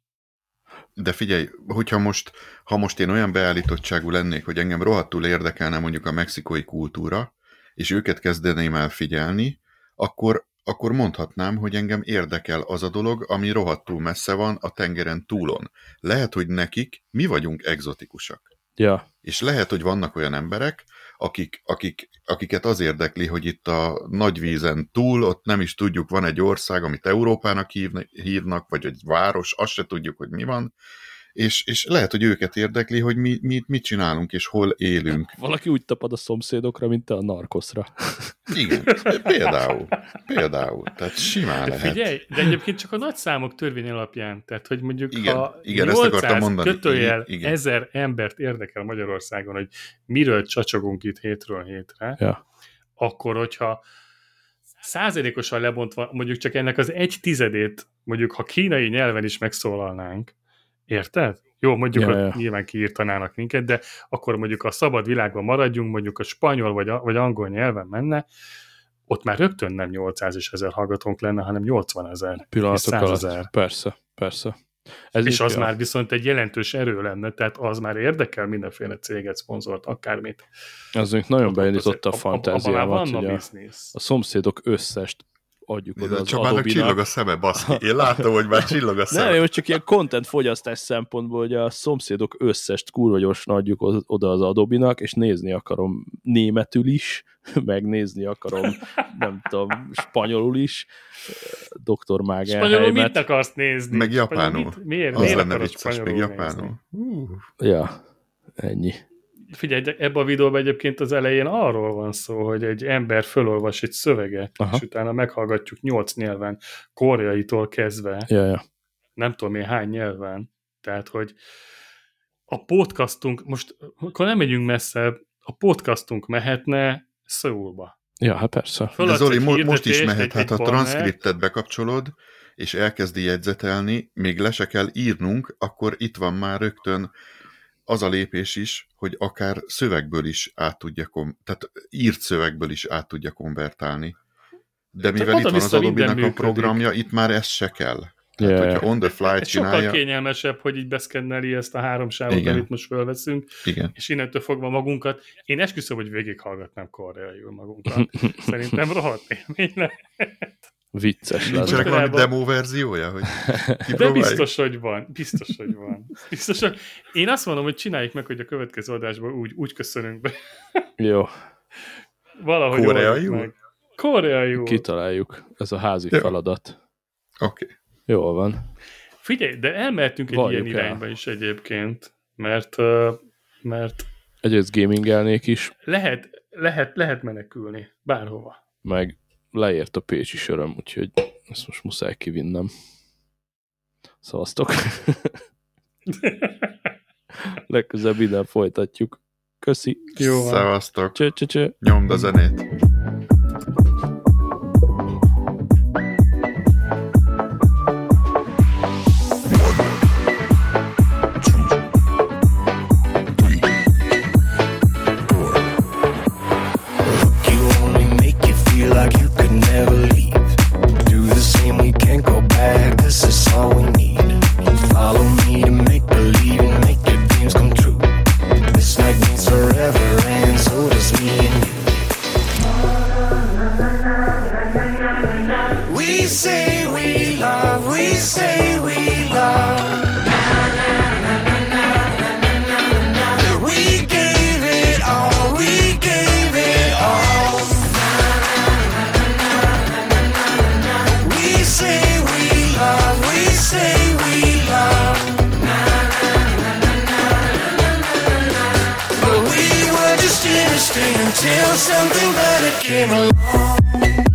De figyelj, hogyha most, ha most én olyan beállítottságú lennék, hogy engem rohadtul érdekelne mondjuk a mexikói kultúra, és őket kezdeném el figyelni, akkor, akkor mondhatnám, hogy engem érdekel az a dolog, ami rohadtul messze van a tengeren túlon. Lehet, hogy nekik mi vagyunk egzotikusak. Ja. És lehet, hogy vannak olyan emberek, akik, akik, akiket az érdekli, hogy itt a nagyvízen túl, ott nem is tudjuk, van egy ország, amit Európának hívnak, vagy egy város, azt se tudjuk, hogy mi van, és, és lehet, hogy őket érdekli, hogy mi, mi mit csinálunk, és hol élünk. Valaki úgy tapad a szomszédokra, mint te a narkoszra. Igen, például. Például. Tehát simán lehet. Figyelj, de egyébként csak a nagy számok törvény alapján. Tehát, hogy mondjuk igen, ha igen, ezt akartam mondani. kötőjel igen. ezer embert érdekel Magyarországon, hogy miről csacsogunk itt hétről hétre, ja. akkor, hogyha százalékosan lebontva, mondjuk csak ennek az egy tizedét, mondjuk ha kínai nyelven is megszólalnánk, érted? Jó, mondjuk ja, ja. nyilván kiírtanának minket, de akkor mondjuk a szabad világban maradjunk, mondjuk a spanyol vagy, a, vagy angol nyelven menne, ott már rögtön nem nyolcszáz és ezer hallgatónk lenne, hanem nyolcvanezer és százezer. Persze, persze. Ez és az ja. már viszont egy jelentős erő lenne, tehát az már érdekel mindenféle céget, szponzort, akármit. Az még nagyon beindította a, a fantáziámat, hogy a, a szomszédok összest adjuk oda az Csabának Adobe-nak. csillog a szeme, baszki. Én látom, hogy már csillog a szeme. Nem, most csak ilyen content fogyasztás szempontból, hogy a szomszédok összest kurva gyorsan adjuk oda az Adobe-nak, és nézni akarom németül is, megnézni akarom, nem tudom, spanyolul is, doktor Mágenheimet. Spanyolul mit akarsz nézni? Meg japánul. Mit, miért? Az miért lenne vicces, még japánul. Uh. Ja, ennyi. Figyelj, ebben a videóban egyébként az elején arról van szó, hogy egy ember fölolvas egy szöveget, aha. és utána meghallgatjuk nyolc nyelven, koreaitól kezdve, ja, ja. nem tudom én hány nyelven. Tehát, hogy a podcastunk, most akkor nem megyünk messze, a podcastunk mehetne Szöulba. Ja, hát persze. De Zoli, mo- most is mehet, hát ha a transzkriptet bekapcsolod, és elkezdi jegyzetelni, még le se kell írnunk, akkor itt van már rögtön az a lépés is, hogy akár szövegből is át tudja, kom- tehát írt szövegből is át tudja konvertálni. De mivel itt van az Adobe-nak a programja, itt már ez se kell. Tehát, yeah. hogyha on the fly csinálja... Sokkal kényelmesebb, hogy így beszkenneli ezt a három sávot, igen. amit most felveszünk, igen. és innentől fogva magunkat. Én esküszöm, hogy végighallgatnám koreaiul magunkat. Szerintem rohadt élmény lehet. Vicces lesz. Nincs valami demo verziója? Hogy de biztos, hogy van. Biztos, hogy van. Biztos, hogy... Én azt mondom, hogy csináljuk meg, hogy a következő adásban úgy, úgy köszönünk be. Jó. Valahogy koreaiul? Koreaiul. Kitaláljuk. Ez a házi Jó. feladat. Oké. Okay. Jól van. Figyelj, de elmehetünk egy Valljuk ilyen el. irányba is egyébként, mert, mert egyrészt gamingelnék is. Lehet, lehet, lehet menekülni bárhova. Meg leért a pécsi söröm, úgyhogy ezt most muszáj kivinnem. Szavaztok. Legközelebb innen folytatjuk. Köszi. Jó van. Szevasztok. Cső, cső, cső. Nyomd a zenét. Until something better came along.